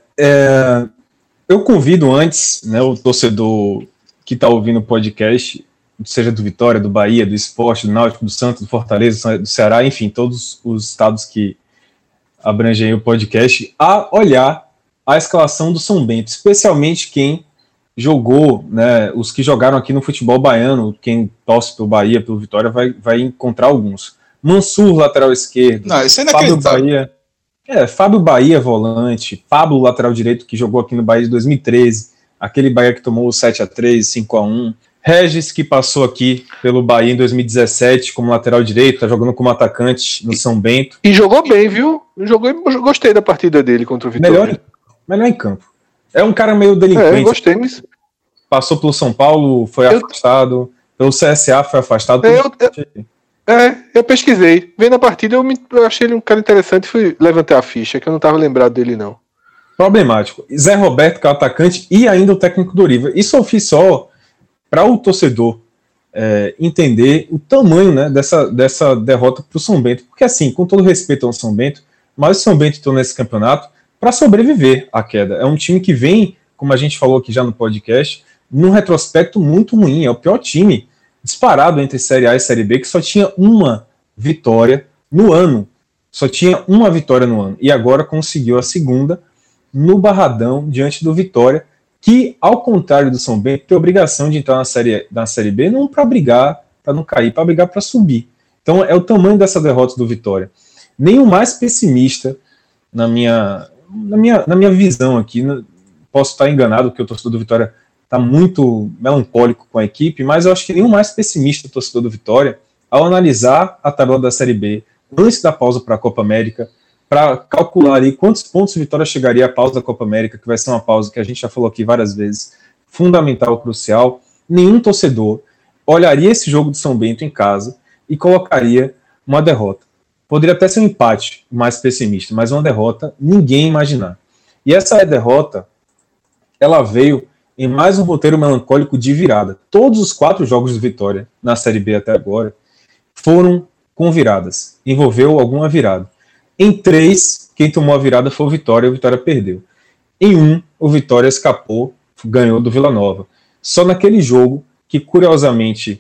é eu convido antes, né, o torcedor que está ouvindo o podcast, seja do Vitória, do Bahia, do Sport, do Náutico, do Santos, do Fortaleza, do Ceará, enfim, todos os estados que abrangem o podcast, a olhar a escalação do São Bento, especialmente quem jogou, né, os que jogaram aqui no futebol baiano, quem torce pelo Bahia, pelo Vitória, vai, vai encontrar alguns. Mansur, lateral esquerdo. Não, isso é Fábio Bahia, é, Fábio Bahia, volante. Pablo, lateral direito, que jogou aqui no Bahia de dois mil e treze. Aquele Bahia que tomou o sete a três, cinco a um. Regis, que passou aqui pelo Bahia em dois mil e dezessete como lateral direito, tá jogando como atacante no São Bento. E jogou bem, viu? Jogou, eu gostei da partida dele contra o Vitória. Melhor, melhor em campo. É um cara meio delinquente. É, eu gostei, mas... Passou pelo São Paulo, foi eu... afastado. Pelo C S A foi afastado. Eu, eu, é, eu pesquisei. Vendo a partida, eu, me, eu achei ele um cara interessante e fui levantar a ficha, que eu não estava lembrado dele, não. Problemático. Zé Roberto, que é o atacante, e ainda o técnico do Oriva. Isso eu fiz só para o torcedor é, entender o tamanho, né, dessa, dessa derrota para o São Bento. Porque, assim, com todo respeito ao São Bento, mas o São Bento entrou nesse campeonato para sobreviver à queda. É um time que vem, como a gente falou aqui já no podcast, num retrospecto muito ruim. É o pior time disparado entre Série A e Série B, que só tinha uma vitória no ano. Só tinha uma vitória no ano. E agora conseguiu a segunda no Barradão, diante do Vitória, que, ao contrário do São Bento, tem a obrigação de entrar na Série, na série B, não para brigar, para não cair, para brigar para subir. Então é o tamanho dessa derrota do Vitória. Nem o mais pessimista, na minha, na minha, na minha visão aqui, posso estar enganado, porque o torcedor do Vitória está muito melancólico com a equipe, mas eu acho que nem o mais pessimista, o torcedor do Vitória, ao analisar a tabela da Série B, antes da pausa para a Copa América, para calcular ali quantos pontos o Vitória chegaria à pausa da Copa América, que vai ser uma pausa que a gente já falou aqui várias vezes, fundamental, crucial, nenhum torcedor olharia esse jogo de São Bento em casa e colocaria uma derrota. Poderia até ser um empate mais pessimista, mas uma derrota ninguém imaginar. E essa derrota, ela veio em mais um roteiro melancólico de virada. Todos os quatro jogos do Vitória, na Série B até agora, foram com viradas. Envolveu alguma virada. Em três, quem tomou a virada foi o Vitória, e o Vitória perdeu. Em um, o Vitória escapou, ganhou do Vila Nova. Só naquele jogo, que curiosamente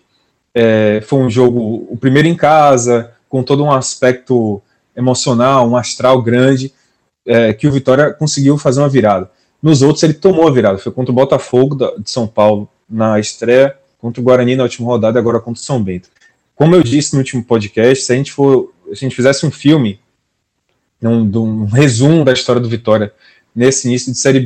é, foi um jogo, o primeiro em casa, com todo um aspecto emocional, um astral grande, é, que o Vitória conseguiu fazer uma virada. Nos outros ele tomou a virada, foi contra o Botafogo de São Paulo na estreia, contra o Guarani na última rodada e agora contra o São Bento. Como eu disse no último podcast, se a gente, for, se a gente fizesse um filme, um, um resumo da história do Vitória nesse início de Série B,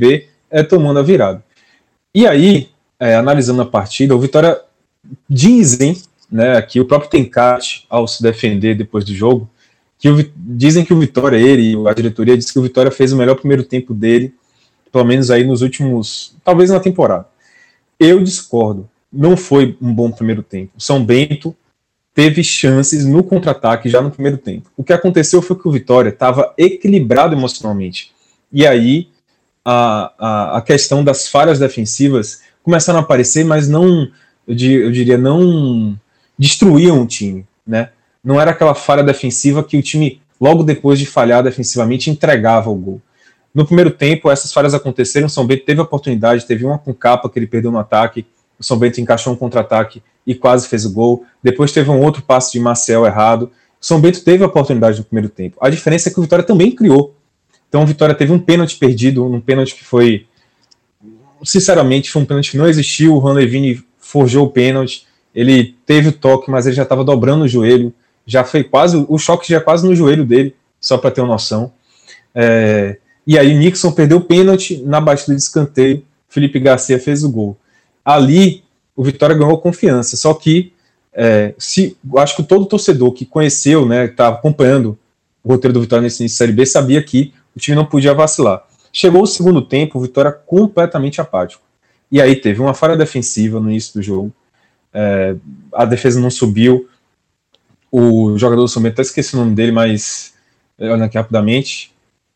é, tomando a virada. E aí, é, analisando a partida, o Vitória dizem, né, aqui o próprio Tencati, ao se defender depois do jogo, que o, dizem que o Vitória, ele, a diretoria, disse que o Vitória fez o melhor primeiro tempo dele, pelo menos aí nos últimos, talvez na temporada. Eu discordo, não foi um bom primeiro tempo. O São Bento teve chances no contra-ataque já no primeiro tempo. O que aconteceu foi que o Vitória estava equilibrado emocionalmente. E aí a, a, a questão das falhas defensivas começaram a aparecer, mas não, eu, eu diria, não destruíam o time, né? Não era aquela falha defensiva que o time, logo depois de falhar defensivamente, entregava o gol. No primeiro tempo, essas falhas aconteceram, o São Bento teve a oportunidade, teve uma com capa que ele perdeu no ataque, o São Bento encaixou um contra-ataque e quase fez o gol. Depois teve um outro passe de Marcel errado. O São Bento teve a oportunidade no primeiro tempo. A diferença é que o Vitória também criou. Então o Vitória teve um pênalti perdido, um pênalti que foi, sinceramente, foi um pênalti que não existiu. O Juan Levine forjou o pênalti, ele teve o toque, mas ele já estava dobrando o joelho, já foi quase, o choque já é quase no joelho dele, só para ter uma noção. É, e aí Nixon perdeu o pênalti, na batida de escanteio, Felipe Garcia fez o gol. Ali, o Vitória ganhou confiança, só que é, se, acho que todo torcedor que conheceu, né, que estava acompanhando o roteiro do Vitória nesse início de Série B, sabia que o time não podia vacilar. Chegou o segundo tempo, o Vitória completamente apático. E aí teve uma falha defensiva no início do jogo, é, a defesa não subiu, o jogador do São Bento, até esqueci o nome dele, mas olhando aqui rapidamente,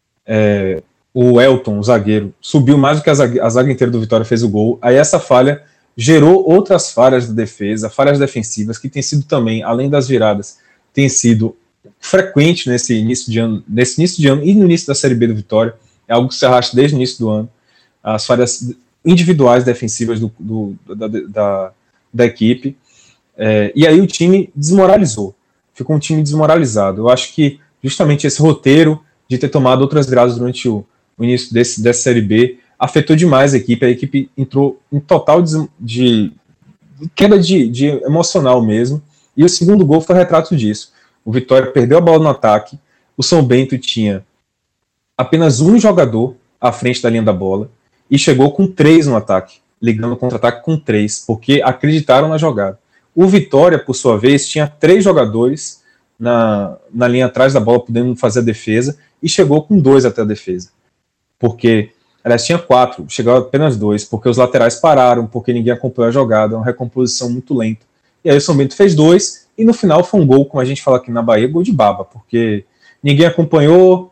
é, o Elton, o zagueiro, subiu mais do que a zaga, a zaga inteira do Vitória fez o gol. Aí essa falha gerou outras falhas da defesa, falhas defensivas, que tem sido também, além das viradas, tem sido frequente nesse início de ano, nesse início de ano e no início da Série B do Vitória. É algo que se arrasta desde o início do ano. As falhas individuais defensivas do, do, da, da, da equipe. É, e aí o time desmoralizou. Ficou um time desmoralizado. Eu acho que justamente esse roteiro de ter tomado outras viradas durante o, o início desse, dessa Série B afetou demais a equipe. A equipe entrou em total de, de queda de, de emocional mesmo. E o segundo gol foi retrato disso. O Vitória perdeu a bola no ataque. O São Bento tinha apenas um jogador à frente da linha da bola e chegou com três no ataque, ligando o contra-ataque com três, porque acreditaram na jogada. O Vitória, por sua vez, tinha três jogadores na, na linha atrás da bola, podendo fazer a defesa, e chegou com dois até a defesa. Porque, aliás, tinha quatro, chegou apenas dois, porque os laterais pararam, porque ninguém acompanhou a jogada, uma recomposição muito lenta. E aí o São Bento fez dois, e no final foi um gol, como a gente fala aqui na Bahia, gol de baba, porque ninguém acompanhou,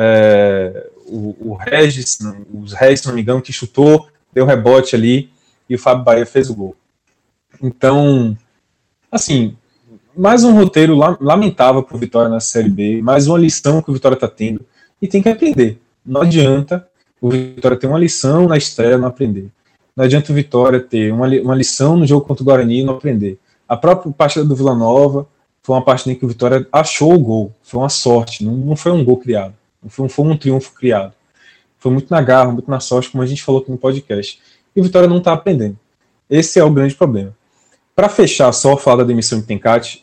é, o, o Regis, os Regis, se não me engano, que chutou, deu rebote ali, e o Fábio Bahia fez o gol. Então, assim, mais um roteiro lamentável para o Vitória na Série B, mais uma lição que o Vitória está tendo, e tem que aprender. Não adianta o Vitória ter uma lição na estreia e não aprender. Não adianta o Vitória ter uma, uma lição no jogo contra o Guarani e não aprender. A própria partida do Vila Nova foi uma partida em que o Vitória achou o gol, foi uma sorte, não, não foi um gol criado, não foi, não foi um triunfo criado. Foi muito na garra, muito na sorte, como a gente falou aqui no podcast. E o Vitória não está aprendendo. Esse é o grande problema. Para fechar só falar da demissão de Tencati,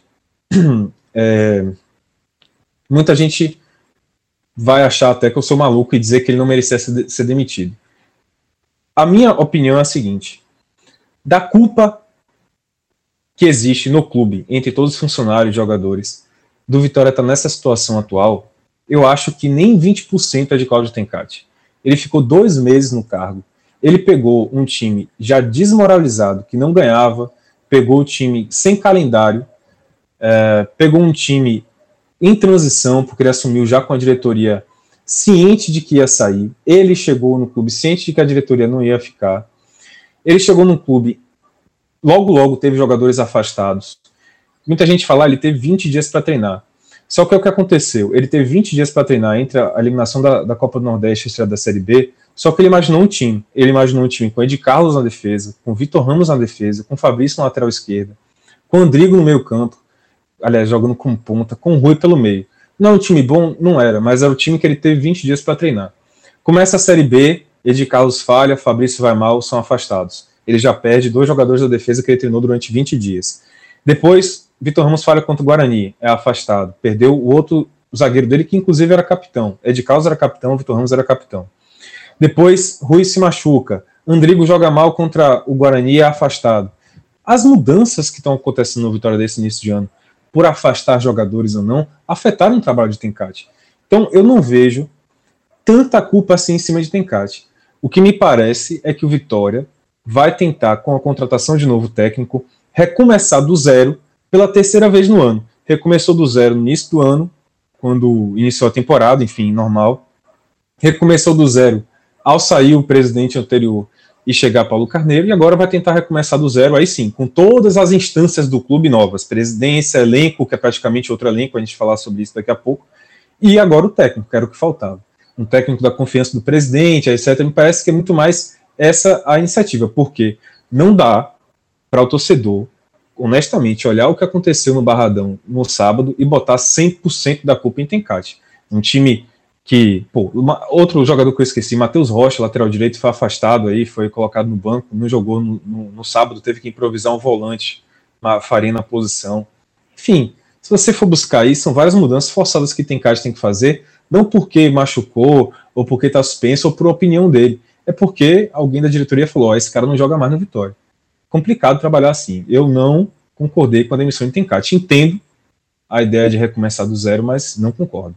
é, muita gente vai achar até que eu sou maluco e dizer que ele não merecia ser, ser demitido. A minha opinião é a seguinte: da culpa que existe no clube, entre todos os funcionários e jogadores, do Vitória estar nessa situação atual, eu acho que nem vinte por cento é de Cláudio Tencati. Ele ficou dois meses no cargo, ele pegou um time já desmoralizado, que não ganhava, pegou o time sem calendário, é, pegou um time em transição, porque ele assumiu já com a diretoria ciente de que ia sair, ele chegou no clube ciente de que a diretoria não ia ficar, ele chegou no clube, logo logo teve jogadores afastados, muita gente fala, ah, ele teve vinte dias para treinar, só que é o que aconteceu, ele teve vinte dias para treinar entre a eliminação da, da Copa do Nordeste e a estreia da Série B, só que ele imaginou um time, ele imaginou um time com Ed Carlos na defesa, com Vitor Ramos na defesa, com Fabrício na lateral esquerda, com Andrigo no meio campo, aliás, jogando com ponta, com Rui pelo meio. Não é um time bom? Não era, mas era o time que ele teve vinte dias para treinar. Começa a Série B, Ed Carlos falha, Fabrício vai mal, são afastados. Ele já perde dois jogadores da defesa que ele treinou durante vinte dias. Depois, Vitor Ramos falha contra o Guarani, é afastado. Perdeu o outro zagueiro dele, que inclusive era capitão. Ed Carlos era capitão, Vitor Ramos era capitão. Depois, Rui se machuca. Andrigo joga mal contra o Guarani e é afastado. As mudanças que estão acontecendo no Vitória desse início de ano, por afastar jogadores ou não, afetaram o trabalho de Tencati. Então, eu não vejo tanta culpa assim em cima de Tencati. O que me parece é que o Vitória vai tentar, com a contratação de novo técnico, recomeçar do zero pela terceira vez no ano. Recomeçou do zero no início do ano, quando iniciou a temporada, enfim, normal. Recomeçou do zero ao sair o presidente anterior e chegar Paulo Carneiro, e agora vai tentar recomeçar do zero, aí sim, com todas as instâncias do clube novas, presidência, elenco, que é praticamente outro elenco, a gente falar sobre isso daqui a pouco, e agora o técnico, que era o que faltava. Um técnico da confiança do presidente, etcétera. Me parece que é muito mais essa a iniciativa, porque não dá para o torcedor, honestamente, olhar o que aconteceu no Barradão no sábado e botar cem por cento da culpa em Tencati. Um time que, pô, uma, outro jogador que eu esqueci, Matheus Rocha, lateral direito, foi afastado aí, foi colocado no banco, não jogou no, no, no sábado, teve que improvisar um volante, uma farinha na posição. Enfim, se você for buscar aí, são várias mudanças forçadas que Tencati tem que fazer, não porque machucou, ou porque está suspenso, ou por opinião dele, é porque alguém da diretoria falou, ó, esse cara não joga mais no Vitória. Complicado trabalhar assim. Eu não concordei com a demissão de Tencati. Entendo a ideia de recomeçar do zero, mas não concordo.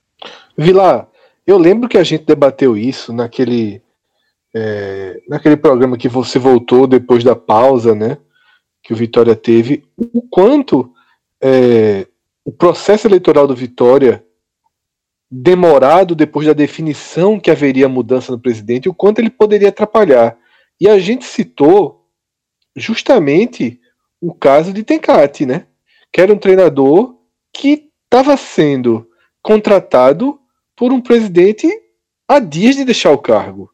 Vilar, eu lembro que a gente debateu isso naquele, é, naquele programa que você voltou depois da pausa, né, que o Vitória teve, o quanto é, o processo eleitoral do Vitória, demorado depois da definição que haveria mudança no presidente, o quanto ele poderia atrapalhar. E a gente citou justamente o caso de Tencati, né, que era um treinador que estava sendo contratado por um presidente há dias de deixar o cargo.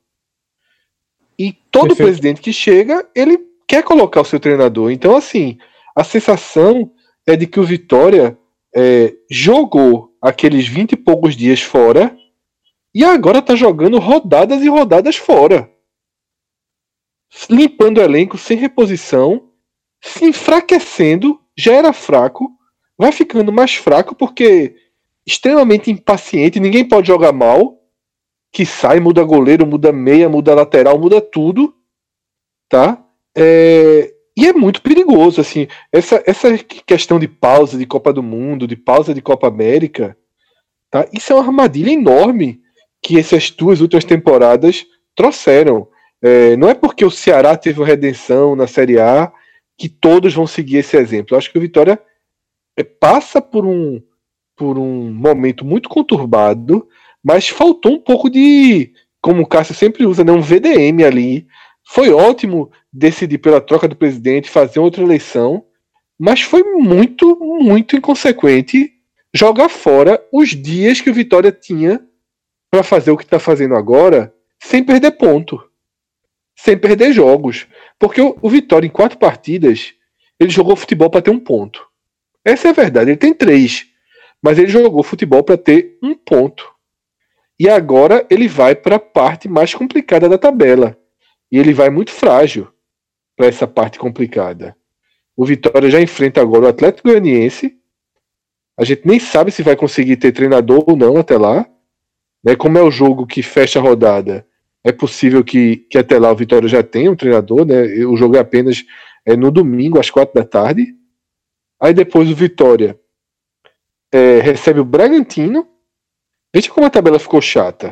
E todo Perfeito. presidente que chega, ele quer colocar o seu treinador. Então, assim, a sensação é de que o Vitória é, jogou aqueles vinte e poucos dias fora e agora está jogando rodadas e rodadas fora. Limpando o elenco sem reposição, se enfraquecendo, já era fraco, vai ficando mais fraco porque extremamente impaciente, ninguém pode jogar mal, que sai, muda goleiro, muda meia, muda lateral, muda tudo, tá? É, e é muito perigoso, assim, essa, essa questão de pausa de Copa do Mundo, de pausa de Copa América, tá? Isso é uma armadilha enorme que essas duas últimas temporadas trouxeram. É, não é porque o Ceará teve uma redenção na Série A que todos vão seguir esse exemplo. Eu acho que o Vitória é, passa por um por um momento muito conturbado, mas faltou um pouco de, como o Cássio sempre usa, né, um V D M ali. Foi ótimo decidir pela troca do presidente, fazer outra eleição, mas foi muito, muito inconsequente jogar fora os dias que o Vitória tinha para fazer o que está fazendo agora, sem perder ponto, sem perder jogos. Porque o, o Vitória, em quatro partidas, ele jogou futebol para ter um ponto. Essa é a verdade, ele tem três. Mas ele jogou futebol para ter um ponto. E agora ele vai para a parte mais complicada da tabela. E ele vai muito frágil para essa parte complicada. O Vitória já enfrenta agora o Atlético Goianiense. A gente nem sabe se vai conseguir ter treinador ou não até lá. Né? Como é o jogo que fecha a rodada, é possível que, que até lá o Vitória já tenha um treinador. Né? O jogo é apenas é, no domingo, às quatro da tarde. Aí depois o Vitória É, recebe o Bragantino. Veja como a tabela ficou chata.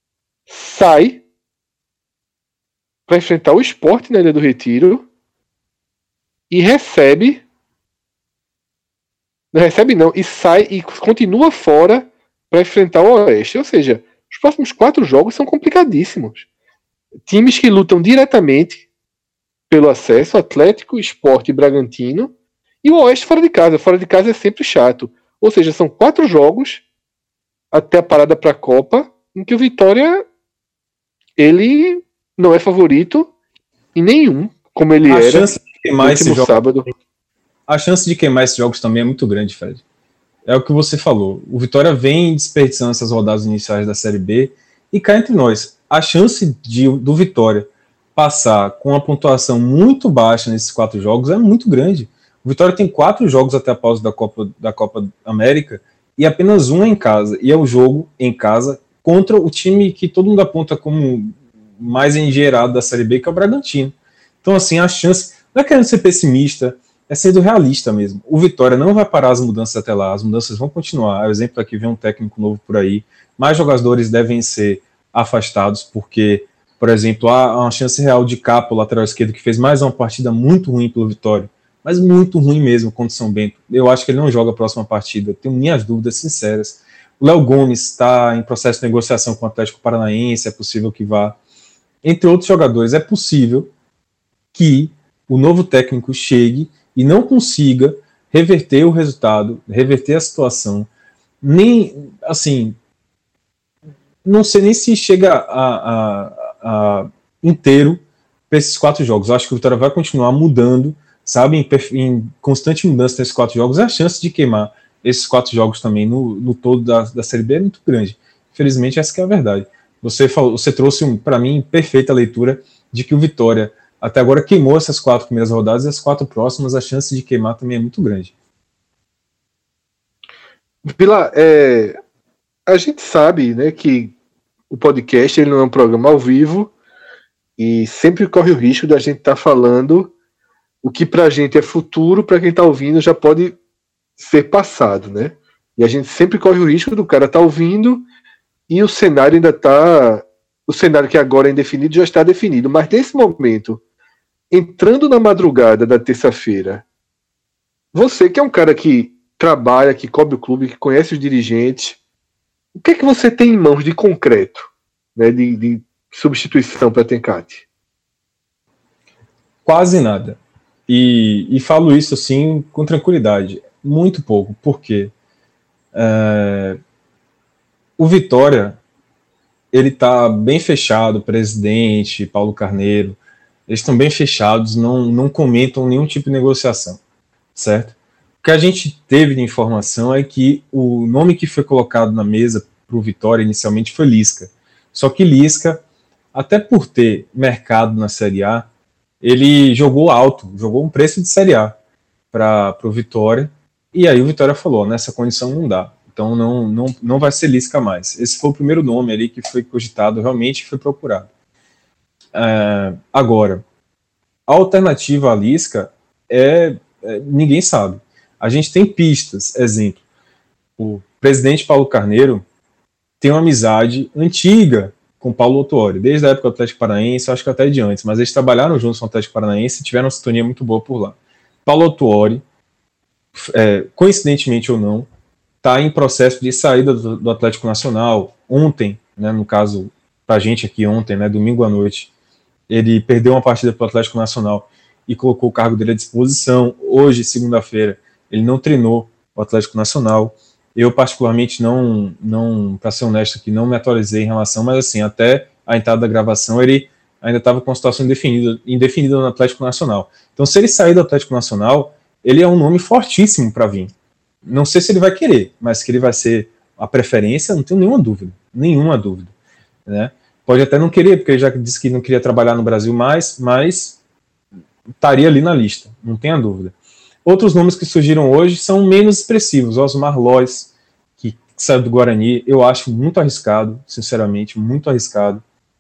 Sai para enfrentar o Sport na Ilha do Retiro e recebe não recebe não e sai e continua fora para enfrentar o Oeste. Ou seja, os próximos quatro jogos são complicadíssimos. Times que lutam diretamente pelo acesso: Atlético, Sport e Bragantino, e o Oeste fora de casa. Fora de casa é sempre chato. Ou seja, são quatro jogos até a parada para a Copa em que o Vitória ele não é favorito em nenhum, como ele a era chance de queimar no esse último jogo, sábado. A chance de queimar esses jogos também é muito grande, Fred. É o que você falou. O Vitória vem desperdiçando essas rodadas iniciais da Série B e cá entre nós, a chance de, do Vitória passar com uma pontuação muito baixa nesses quatro jogos é muito grande. O Vitória tem quatro jogos até a pausa da Copa, da Copa América e apenas um em casa. E é o jogo em casa contra o time que todo mundo aponta como mais engenheirado da Série B, que é o Bragantino. Então, assim, a chance, não é querendo ser pessimista, é sendo realista mesmo. O Vitória não vai parar as mudanças até lá, as mudanças vão continuar. O exemplo aqui vem um técnico novo por aí, mais jogadores devem ser afastados, porque, por exemplo, há uma chance real de Capo, lateral esquerdo, que fez mais uma partida muito ruim pelo Vitória, mas muito ruim mesmo contra o São Bento. Eu acho que ele não joga a próxima partida, tenho minhas dúvidas sinceras. O Léo Gomes está em processo de negociação com o Atlético Paranaense, é possível que vá. Entre outros jogadores, é possível que o novo técnico chegue e não consiga reverter o resultado, reverter a situação, nem, assim, não sei nem se chega a, a, a inteiro para esses quatro jogos. Eu acho que o Vitória vai continuar mudando, sabe, em, em constante mudança nesses quatro jogos. A chance de queimar esses quatro jogos também no, no todo da, da Série B é muito grande. Infelizmente, essa que é a verdade. Você, falou, você trouxe, um, para mim, perfeita leitura de que o Vitória até agora queimou essas quatro primeiras rodadas e as quatro próximas, a chance de queimar também é muito grande. Vila, é, a gente sabe, né, que o podcast ele não é um programa ao vivo e sempre corre o risco da gente estar tá falando o que pra gente é futuro, para quem está ouvindo já pode ser passado, né? E a gente sempre corre o risco do cara estar tá ouvindo e o cenário ainda está... O cenário que agora é indefinido já está definido, mas nesse momento, entrando na madrugada da terça-feira, você que é um cara que trabalha, que cobre o clube, que conhece os dirigentes, o que é que você tem em mãos de concreto, né, de, de substituição para Tencate? Quase nada. E, e falo isso assim com tranquilidade. Muito pouco. Por quê? É, o Vitória, ele está bem fechado, o presidente, Paulo Carneiro, eles estão bem fechados, não, não comentam nenhum tipo de negociação, certo? O que a gente teve de informação é que o nome que foi colocado na mesa para o Vitória inicialmente foi Lisca. Só que Lisca, até por ter mercado na Série A, ele jogou alto, jogou um preço de Série A para o Vitória, e aí o Vitória falou, nessa condição não dá, então não, não, não vai ser Lisca mais. Esse foi o primeiro nome ali que foi cogitado realmente, que foi procurado. É, agora, a alternativa à Lisca é, é, ninguém sabe. A gente tem pistas, exemplo, o presidente Paulo Carneiro tem uma amizade antiga com Paulo Autuori, desde a época do Atlético Paranaense, acho que até de antes, mas eles trabalharam juntos no Atlético Paranaense e tiveram uma sintonia muito boa por lá. Paulo Autuori, é, coincidentemente ou não, está em processo de saída do, do Atlético Nacional. Ontem, né, no caso, para a gente aqui ontem, né, domingo à noite, ele perdeu uma partida para o Atlético Nacional e colocou o cargo dele à disposição. Hoje, segunda-feira, ele não treinou o Atlético Nacional. Eu, particularmente, não, não para ser honesto aqui, não me atualizei em relação, mas assim, até a entrada da gravação, ele ainda estava com situação indefinida, indefinida no Atlético Nacional. Então, se ele sair do Atlético Nacional, ele é um nome fortíssimo para vir. Não sei se ele vai querer, mas que ele vai ser a preferência, não tenho nenhuma dúvida, nenhuma dúvida, né? Pode até não querer, porque ele já disse que não queria trabalhar no Brasil mais, mas estaria ali na lista, não tenha dúvida. Outros nomes que surgiram hoje são menos expressivos. Osmar Lois, que saiu do Guarani, eu acho muito arriscado, sinceramente, muito arriscado.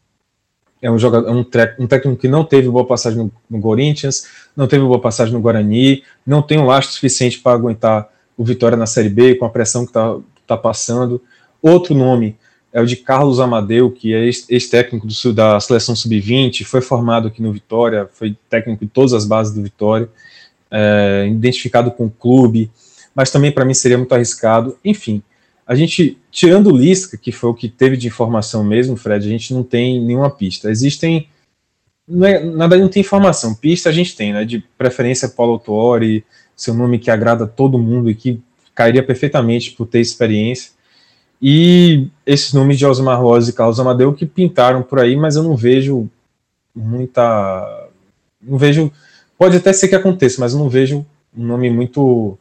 É um, jogador, um, um técnico que não teve boa passagem no, no Corinthians, não teve boa passagem no Guarani, não tem um lastro suficiente para aguentar o Vitória na Série B, com a pressão que está tá passando. Outro nome é o de Carlos Amadeu, que é ex-técnico do, da seleção sub vinte, foi formado aqui no Vitória, foi técnico de todas as bases do Vitória, é, identificado com o clube, mas também para mim seria muito arriscado. Enfim, a gente, tirando o Lisca, que foi o que teve de informação mesmo, Fred, a gente não tem nenhuma pista. Existem, não é, na verdade não tem informação, pista a gente tem, né, de preferência Paulo Autuori, seu nome que agrada todo mundo e que cairia perfeitamente por ter experiência, e esses nomes de Osmar Lois e Carlos Amadeu que pintaram por aí, mas eu não vejo muita, não vejo, pode até ser que aconteça, mas eu não vejo um nome muito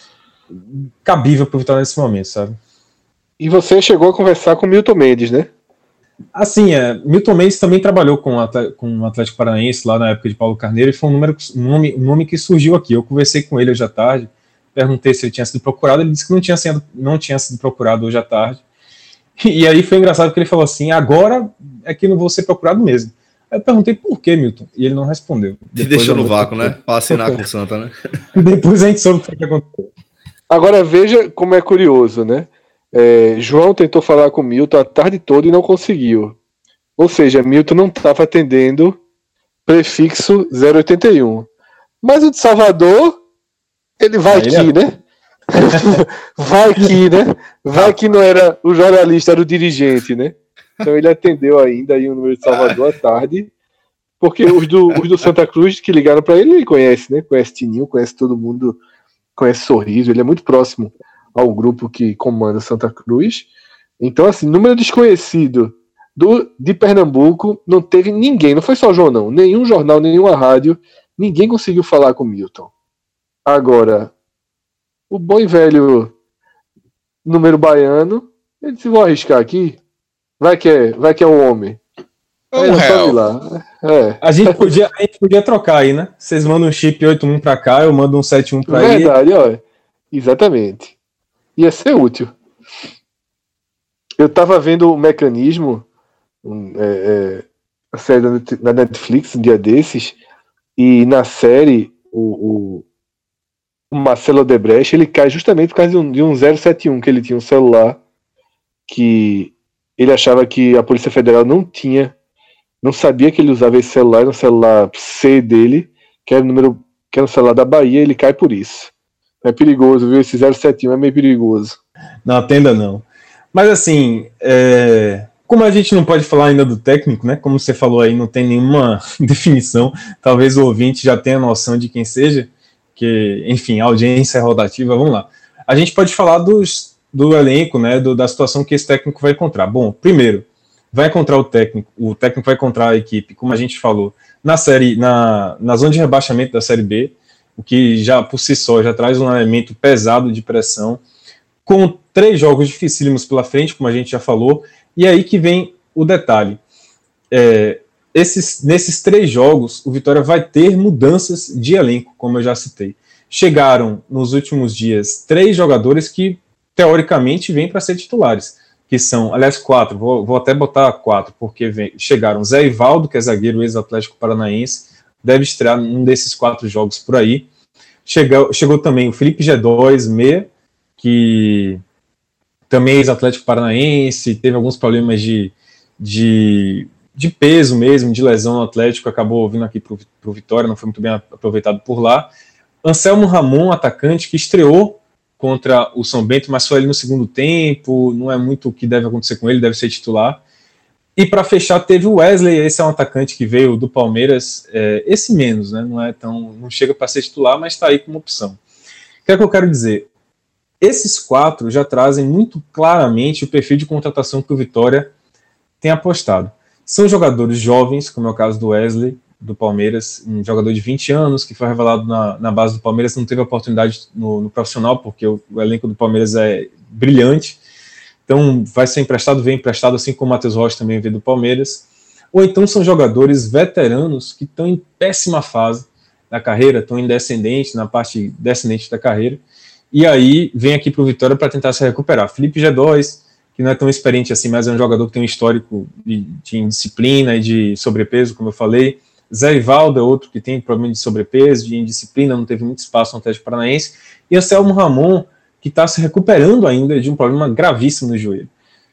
cabível para o Vitória nesse momento, sabe? E você chegou a conversar com o Milton Mendes, né? Assim, é, Milton Mendes também trabalhou com o Atlético Paranaense lá na época de Paulo Carneiro, e foi um, número, um, nome, um nome que surgiu aqui. Eu conversei com ele hoje à tarde, perguntei se ele tinha sido procurado, ele disse que não tinha sido, não tinha sido procurado hoje à tarde. E aí foi engraçado que ele falou assim, agora é que não vou ser procurado mesmo. Aí eu perguntei por que, Milton, e ele não respondeu. Te deixou no vácuo, né? Para assinar com o Santa, né? Depois a gente soube o que aconteceu. Agora veja como é curioso, né? É, João tentou falar com Milton a tarde toda e não conseguiu. Ou seja, Milton não estava atendendo prefixo zero oitenta e um. Mas o de Salvador, ele vai Aí aqui, ele... né? Vai que, né? Vai que não era o jornalista, era o dirigente, né? Então ele atendeu ainda aí o número de Salvador à tarde, porque os do, os do Santa Cruz que ligaram para ele, ele conhece, né? Conhece Tininho, conhece todo mundo, conhece Sorriso, ele é muito próximo ao grupo que comanda Santa Cruz. Então, assim, número desconhecido do, de Pernambuco, não teve ninguém, não foi só o João, não, nenhum jornal, nenhuma rádio, ninguém conseguiu falar com o Milton. Agora, o bom e velho número baiano, ele disse, vou arriscar aqui, vai que é, vai que é um homem. Um real. Lá. É. A, gente podia, a gente podia trocar aí, né? Vocês mandam um chip oito um pra cá, eu mando um sete um pra aí. Verdade, ó. Exatamente. Ia ser útil. Eu tava vendo o mecanismo, é, é, a série da Netflix, um dia desses, e na série, o, o, o Marcelo Odebrecht, ele cai justamente por causa de um, de um zero sete um, que ele tinha um celular que ele achava que a Polícia Federal não tinha, não sabia que ele usava esse celular, no celular C dele, que era o número, que era o celular da Bahia, ele cai por isso. É perigoso, viu? Esse zero sete um é meio perigoso. Não atenda, não. Mas assim, é... como a gente não pode falar ainda do técnico, né? Como você falou aí, não tem nenhuma definição. Talvez o ouvinte já tenha noção de quem seja, que, enfim, a audiência é rotativa. Vamos lá. A gente pode falar dos, do elenco, né? Do, da situação que esse técnico vai encontrar. Bom, primeiro, vai encontrar o técnico, o técnico vai encontrar a equipe, como a gente falou, na série, na, na zona de rebaixamento da Série B, o que já por si só já traz um elemento pesado de pressão, com três jogos dificílimos pela frente, como a gente já falou, e aí que vem o detalhe. É, esses, nesses três jogos, o Vitória vai ter mudanças de elenco, como eu já citei. Chegaram nos últimos dias três jogadores que, teoricamente, vêm para ser titulares, que são, aliás, quatro, vou, vou até botar quatro, porque vem, chegaram Zé Ivaldo, que é zagueiro ex-Atlético Paranaense, deve estrear num desses quatro jogos por aí. Chegou, chegou também o Felipe G dois, meia, que também é ex-Atlético Paranaense, teve alguns problemas de, de, de peso mesmo, de lesão no Atlético, acabou vindo aqui para o Vitória, não foi muito bem aproveitado por lá. Anselmo Ramon, atacante, que estreou contra o São Bento, mas foi ali no segundo tempo, não é muito o que deve acontecer com ele, deve ser titular. E para fechar teve o Wesley, esse é um atacante que veio do Palmeiras, é, esse menos, né, não é tão, não chega para ser titular, mas está aí como opção. O que é que eu quero dizer? Esses quatro já trazem muito claramente o perfil de contratação que o Vitória tem apostado. São jogadores jovens, como é o caso do Wesley, do Palmeiras, um jogador de vinte anos, que foi revelado na, na base do Palmeiras, não teve oportunidade no, no profissional, porque o, o elenco do Palmeiras é brilhante, então vai ser emprestado, vem emprestado, assim como o Matheus Rocha também veio do Palmeiras. Ou então são jogadores veteranos que estão em péssima fase da carreira, estão em descendente, na parte descendente da carreira, e aí vem aqui para o Vitória para tentar se recuperar. Felipe G dois, que não é tão experiente assim, mas é um jogador que tem um histórico de, de indisciplina e de sobrepeso, como eu falei. Zé Ivaldo é outro que tem problema de sobrepeso, de indisciplina, não teve muito espaço no Atlético Paranaense. E Anselmo Ramon, que está se recuperando ainda de um problema gravíssimo no joelho.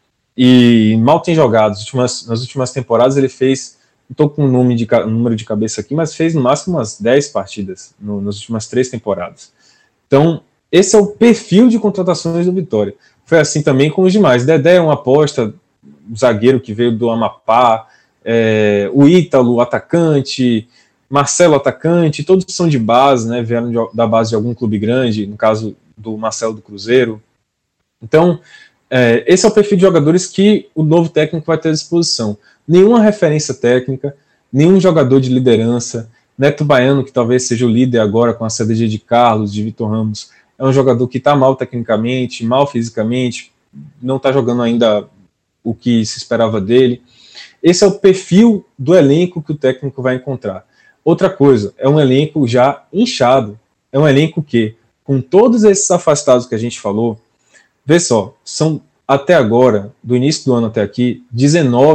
E mal tem jogado. Nas últimas, nas últimas temporadas ele fez, não estou com o número de, número de cabeça aqui, mas fez no máximo umas dez partidas no, nas últimas três temporadas. Então, esse é o perfil de contratações do Vitória. Foi assim também com os demais. Dedé é uma aposta, um zagueiro que veio do Amapá, é, o Ítalo, atacante, Marcelo, atacante, todos são de base, né, vieram de, da base de algum clube grande, no caso do Marcelo do Cruzeiro. Então, é, esse é o perfil de jogadores que o novo técnico vai ter à disposição. Nenhuma referência técnica, nenhum jogador de liderança. Neto Baiano, que talvez seja o líder agora com a C D G de Carlos, de Vitor Ramos, é um jogador que está mal tecnicamente, mal fisicamente, não está jogando ainda o que se esperava dele. Esse é o perfil do elenco que o técnico vai encontrar. Outra coisa, é um elenco já inchado. É um elenco que, com todos esses afastados que a gente falou, vê só, são até agora, do início do ano até aqui, dezenove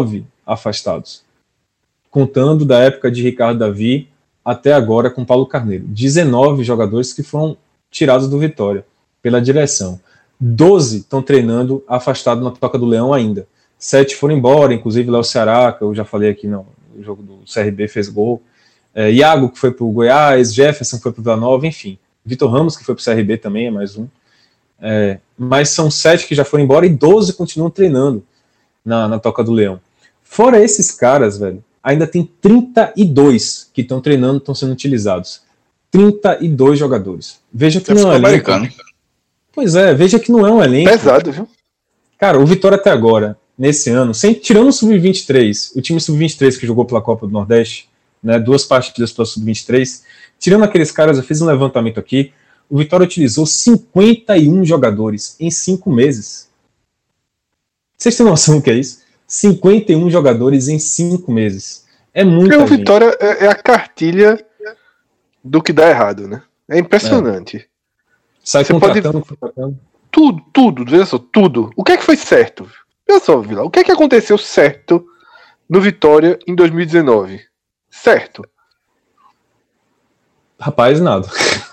afastados, contando da época de Ricardo Davi até agora com Paulo Carneiro. dezenove jogadores que foram tirados do Vitória pela direção. doze estão treinando afastado na Toca do Leão ainda. Sete foram embora, inclusive Léo Ceará, que eu já falei aqui no jogo do C R B, fez gol. É, Iago, que foi para o Goiás, Jefferson, que foi para o Vila Nova, enfim. Vitor Ramos, que foi para o C R B também, é mais um. É, mas são sete que já foram embora e doze continuam treinando na, na Toca do Leão. Fora esses caras, velho, ainda tem trinta e dois que estão treinando, estão sendo utilizados. trinta e dois jogadores. Veja que não é um elenco. Pois é, veja que não é um elenco. Pesado, viu? Cara, o Vitória até agora, nesse ano, sem, tirando o sub vinte e três, o time sub vinte e três que jogou pela Copa do Nordeste, né, duas partidas pela sub vinte e três, tirando aqueles caras, eu fiz um levantamento aqui, o Vitória utilizou cinquenta e um jogadores em cinco meses. Vocês têm noção do que é isso? cinquenta e um jogadores em cinco meses. É muita gente. O Vitória é, é a cartilha do que dá errado, né? É impressionante. É. Sai Você contratando, pode... contratando. Tudo, tudo, veja só, tudo. O que é que foi certo? Veja só, Vila, o que é que aconteceu certo no Vitória em dois mil e dezenove? Certo. Rapaz, nada.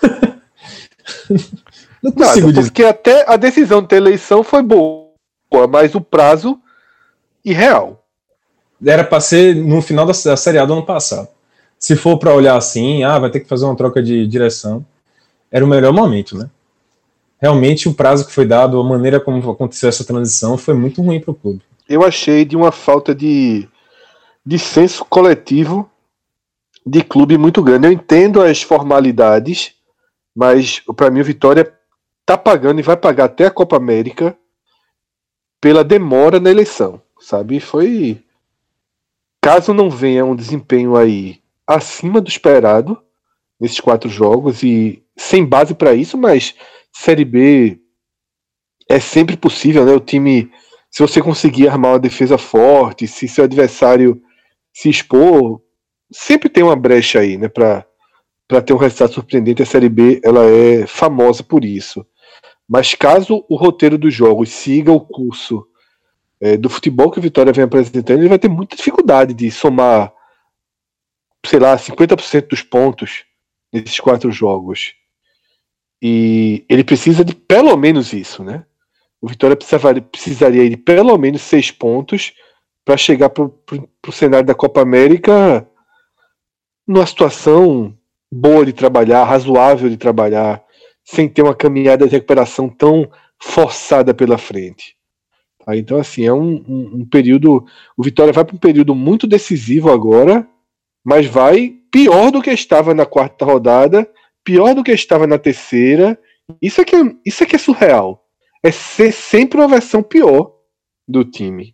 Não nada, consigo dizer. Porque até a decisão de ter eleição foi boa, mas o prazo irreal. Era para ser no final da, da Série A do ano passado. Se for para olhar assim, ah, vai ter que fazer uma troca de direção, era o melhor momento, né? Realmente o prazo que foi dado, a maneira como aconteceu essa transição foi muito ruim para o clube. Eu achei de uma falta de, de senso coletivo de clube muito grande. Eu entendo as formalidades, mas para mim o Vitória tá pagando e vai pagar até a Copa América pela demora na eleição, sabe? Foi... Caso não venha um desempenho aí acima do esperado nesses quatro jogos e sem base para isso, mas Série B é sempre possível, né? O time, se você conseguir armar uma defesa forte, se seu adversário se expor, sempre tem uma brecha aí, né? Para para ter um resultado surpreendente. A Série B ela é famosa por isso. Mas caso o roteiro dos jogos siga o curso é, do futebol que o Vitória vem apresentando, ele vai ter muita dificuldade de somar, sei lá, cinquenta por cento dos pontos nesses quatro jogos. E ele precisa de pelo menos isso, né? O Vitória precisaria, precisaria de pelo menos seis pontos para chegar para o cenário da Copa América numa situação boa de trabalhar, razoável de trabalhar, sem ter uma caminhada de recuperação tão forçada pela frente. Tá? Então, assim, é um, um, um período... O Vitória vai para um período muito decisivo agora, mas vai pior do que estava na quarta rodada, pior do que estava na terceira. Isso é que é, isso é, que é surreal. É ser sempre uma versão pior do time.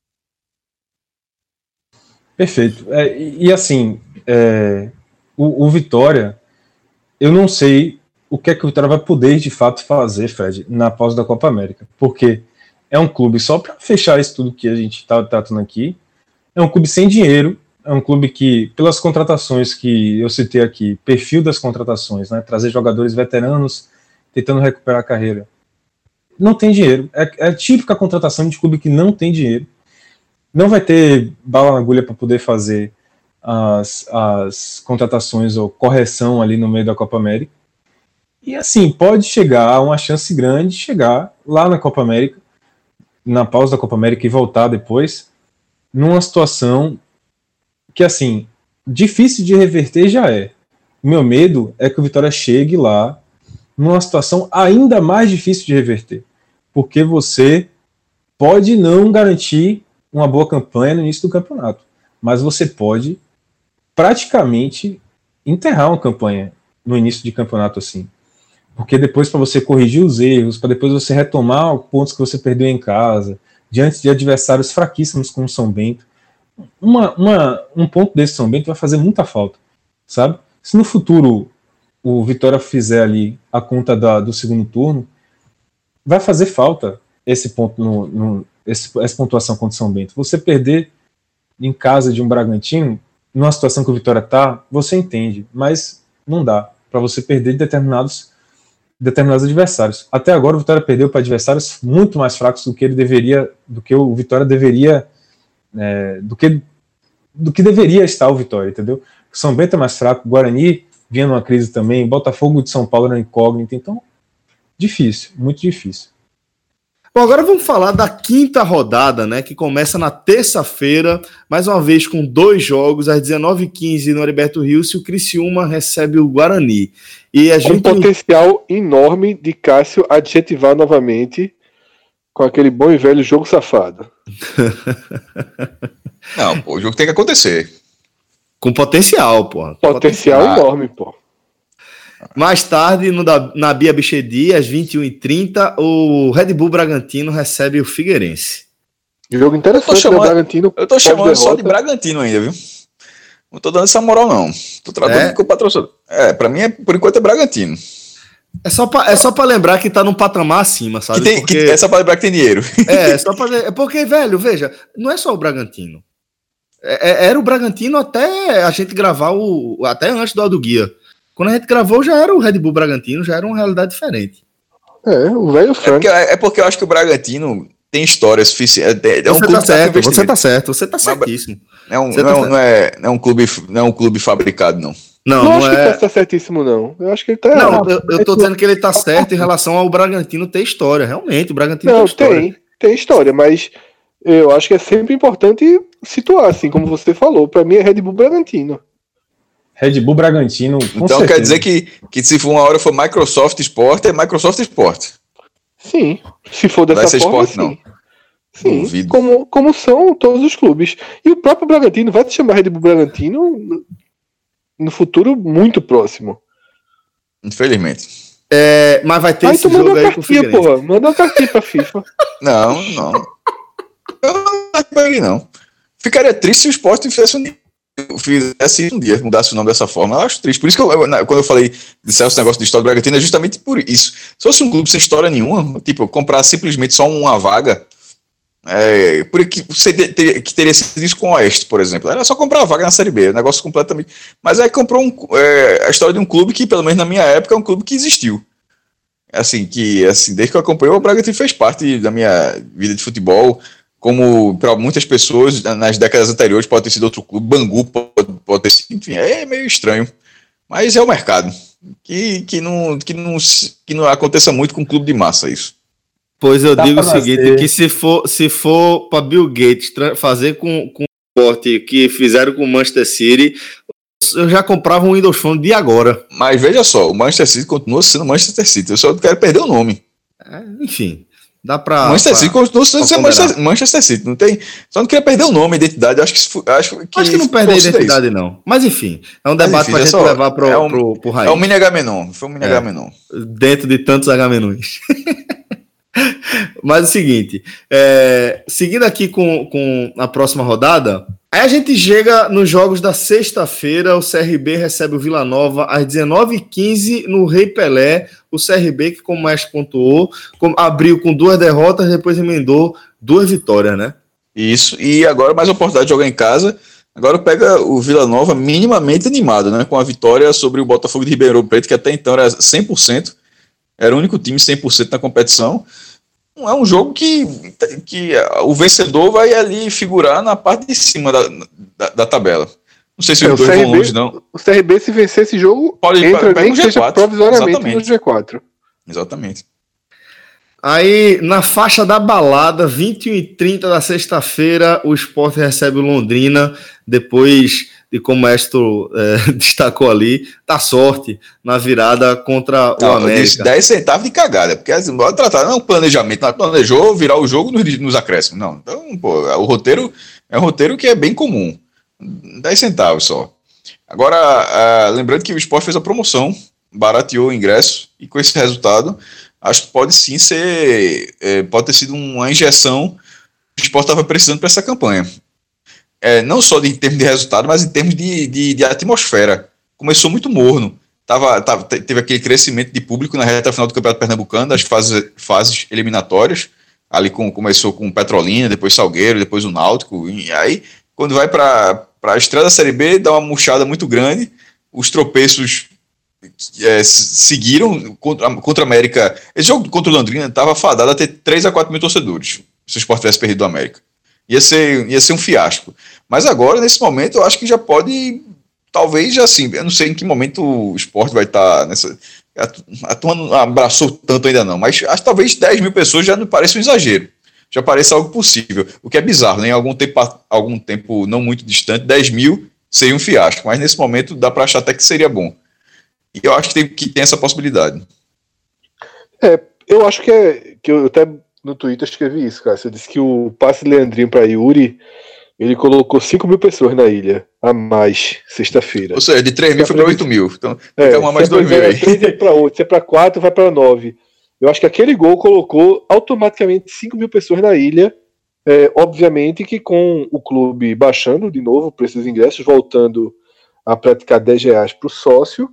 Perfeito. É, e, e assim, é, o, o Vitória, eu não sei o que é que o Vitória vai poder de fato fazer, Fred, na pausa da Copa América. Porque é um clube, só para fechar isso tudo que a gente está tratando aqui, é um clube sem dinheiro, é um clube que, pelas contratações que eu citei aqui, perfil das contratações, né, trazer jogadores veteranos tentando recuperar a carreira, não tem dinheiro. É, é a típica contratação de clube que não tem dinheiro. Não vai ter bala na agulha para poder fazer as, as contratações ou correção ali no meio da Copa América. E assim, pode chegar a uma chance grande de chegar lá na Copa América, na pausa da Copa América e voltar depois, numa situação que, assim, difícil de reverter já é. O meu medo é que o Vitória chegue lá numa situação ainda mais difícil de reverter, porque você pode não garantir uma boa campanha no início do campeonato, mas você pode praticamente enterrar uma campanha no início de campeonato assim, porque depois, para você corrigir os erros, para depois você retomar os pontos que você perdeu em casa, diante de adversários fraquíssimos como São Bento, uma, uma, um ponto desse São Bento vai fazer muita falta, sabe? Se no futuro o Vitória fizer ali a conta da, do segundo turno, vai fazer falta esse ponto no, no, esse, essa pontuação contra o São Bento. Você perder em casa de um Bragantino, numa situação que o Vitória está, você entende, mas não dá para você perder de determinados, determinados adversários. Até agora o Vitória perdeu para adversários muito mais fracos do que ele deveria, do que o Vitória deveria é, do, que, do que deveria estar o Vitória, entendeu? O São Bento é mais fraco, o Guarani vinha numa crise também, Botafogo de São Paulo era incógnito, então difícil, muito difícil. Bom, agora vamos falar da quinta rodada, né, que começa na terça-feira, mais uma vez com dois jogos, às dezenove e quinze no Heriberto Rios, o Criciúma recebe o Guarani. E a um gente... potencial enorme de Cássio adjetivar novamente com aquele bom e velho jogo safado. Não, pô, o jogo tem que acontecer. Com potencial, pô. Potencial potencial. enorme, pô. Mais tarde, no da, na Bia Bichedi, às vinte e uma e trinta, o Red Bull Bragantino recebe o Figueirense. Jogo interessante, eu tô chamando, né, Bragantino. Eu tô chamando só de Bragantino ainda, viu? Não tô dando essa moral, não. Tô tratando É? com o patrocinador. É, pra mim, é, por enquanto, é Bragantino. É só pra, é só pra lembrar que tá num patamar acima, sabe? Que tem, porque... que, é só pra lembrar que tem dinheiro. É, só pra... É porque, velho, veja, não é só o Bragantino. É, é, era o Bragantino até a gente gravar o... Até antes do Aldo Guia. Quando a gente gravou, já era o Red Bull Bragantino, já era uma realidade diferente. É, o velho É Frank. porque, é porque eu acho que o Bragantino tem história suficiente. É, é um Você clube tá que tá com certo, você investimento. tá certo, você tá certíssimo. É um, Você não, tá é, um- não, é, não, é um clube, não é um clube fabricado, não. Não, Não, não, acho que é... tá, tá certíssimo, não. Eu acho que ele tá Não, errado. eu, eu tô dizendo que ele tá certo em relação ao Bragantino ter história. Realmente, o Bragantino Não, tem história. tem, tem história, mas eu acho que é sempre importante situar, assim, como você falou. Pra mim é Red Bull Bragantino. Red Bull Bragantino, com Então certeza. quer dizer que, que se for uma hora for Microsoft Sport, é Microsoft Sport. Sim, se for dessa Vai ser forma, esporte, sim. não. Sim, Duvido. como, como são todos os clubes. E o próprio Bragantino vai se chamar Red Bull Bragantino no- no futuro muito próximo. Infelizmente. É, mas vai ter Aí esse tu manda jogo uma aí com o cartinha, Figueirense. porra. Manda uma cartinha pra FIFA. Não, não. Eu não acho pra ele, não. Ficaria triste se o Sport fizesse um dia. Fizesse um dia, mudasse o nome dessa forma. Eu acho triste. Por isso que eu, eu- na- quando eu falei de esse negócio de história do Bragantino, é justamente por isso. Se fosse um clube sem história nenhuma, tipo, comprar simplesmente só uma vaga, é, por que você te- teria, que teria sido isso com o Oeste, por exemplo. Era só comprar a vaga na Série B, um negócio completamente. Mas aí comprou um, é, a história de um clube que, pelo menos na minha época, é um clube que existiu. Assim, que assim, desde que eu acompanhei, o Bragantino fez parte da minha vida de futebol. Como para muitas pessoas, nas décadas anteriores, pode ter sido outro clube, Bangu pode, pode ter sido, enfim, é meio estranho. Mas é o mercado. Que, que, não, que, não, se- que não aconteça muito com um clube de massa, isso. Pois eu Dá digo o pra seguinte, nascer. que se for, se for para Bill Gates tra- fazer com, com o esporte que fizeram com o Manchester City, eu já comprava um Windows Phone de agora. Mas veja só, o Manchester City continua sendo Manchester City. Eu só quero perder o nome. É, enfim, dá O para... Manchester City continua sendo pra Manchester, Manchester City. Não tem, só não queria perder o nome, a identidade. Acho que, se fu- acho que, Acho que não perde a fosse identidade, isso. não. Mas enfim, é um Mas, debate enfim, para é gente só- levar pro, é um- pro, pro raiz. É o mini Agamenon. Foi um mini É. Agamenon. Dentro de tantos Agamenões. Mas é o seguinte, é, seguindo aqui com, com a próxima rodada, aí a gente chega nos jogos da sexta-feira, o C R B recebe o Vila Nova às dezenove e quinze no Rei Pelé, o C R B que, como o Mestre pontuou, com- abriu com duas derrotas, depois emendou duas vitórias, né? Isso, e agora mais oportunidade de jogar em casa. Agora pega o Vila Nova minimamente animado, né? Com a vitória sobre o Botafogo de Ribeirão Preto, que até então era cem por cento, era o único time cem por cento na competição. É um jogo que, que o vencedor vai ali figurar na parte de cima da, da, da tabela. Não sei se É, os o dois vão C R B longe, não. O C R B, se vencer esse jogo, Pode- entra pega nem no que G seja quatro, provisoriamente exatamente. no G quatro. Exatamente. Aí, na faixa da balada, vinte e um e trinta da sexta-feira, o Sport recebe o Londrina, depois de como o Mestre é, destacou ali, dá sorte na virada contra o Não, eu disse América. dez centavos de cagada, porque assim, bora tratar, não é um planejamento, não planejou virar o jogo nos, nos acréscimos. Não, então, pô, o roteiro é um roteiro que é bem comum. dez centavos só. Agora, ah, lembrando que o Sport fez a promoção, barateou o ingresso, e com esse resultado, acho que pode sim ser, é, pode ter sido uma injeção que o Sport estava precisando para essa campanha. É, não só de, em termos de resultado, mas em termos de, de, de atmosfera. Começou muito morno. Tava, tava, teve aquele crescimento de público na reta final do Campeonato Pernambucano, das fases, fases eliminatórias. Ali com, começou com Petrolina, depois Salgueiro, depois o Náutico. E aí, quando vai para a estreia da Série B, dá uma murchada muito grande. Os tropeços é, seguiram contra, contra a América. Esse jogo contra o Londrina estava fadado a ter três a quatro mil torcedores, se o Sport tivesse perdido o América. ia ser, ia ser um fiasco. Mas agora, nesse momento, eu acho que já pode, talvez já assim, eu não sei em que momento o esporte vai estar nessa... A, a turma não abraçou tanto ainda não, mas acho que talvez dez mil pessoas já não pareça um exagero. Já parece algo possível, o que é bizarro, né? Em algum tempo, algum tempo não muito distante, dez mil seria um fiasco, mas nesse momento dá para achar até que seria bom. E eu acho que tem, que tem essa possibilidade. É, eu acho que é, que eu até no Twitter escrevi isso, cara. Você disse que o passe de Leandrinho para Yuri, ele colocou cinco mil pessoas na ilha, a mais, sexta-feira. Ou seja, de três mil foi para oito mil, então é, tem que arrumar mais dois mil aí. três é para oito, se é para quatro, vai para nove. Eu acho que aquele gol colocou automaticamente cinco mil pessoas na ilha. É, obviamente que com o clube baixando de novo o preço dos ingressos, voltando a praticar dez reais para o sócio,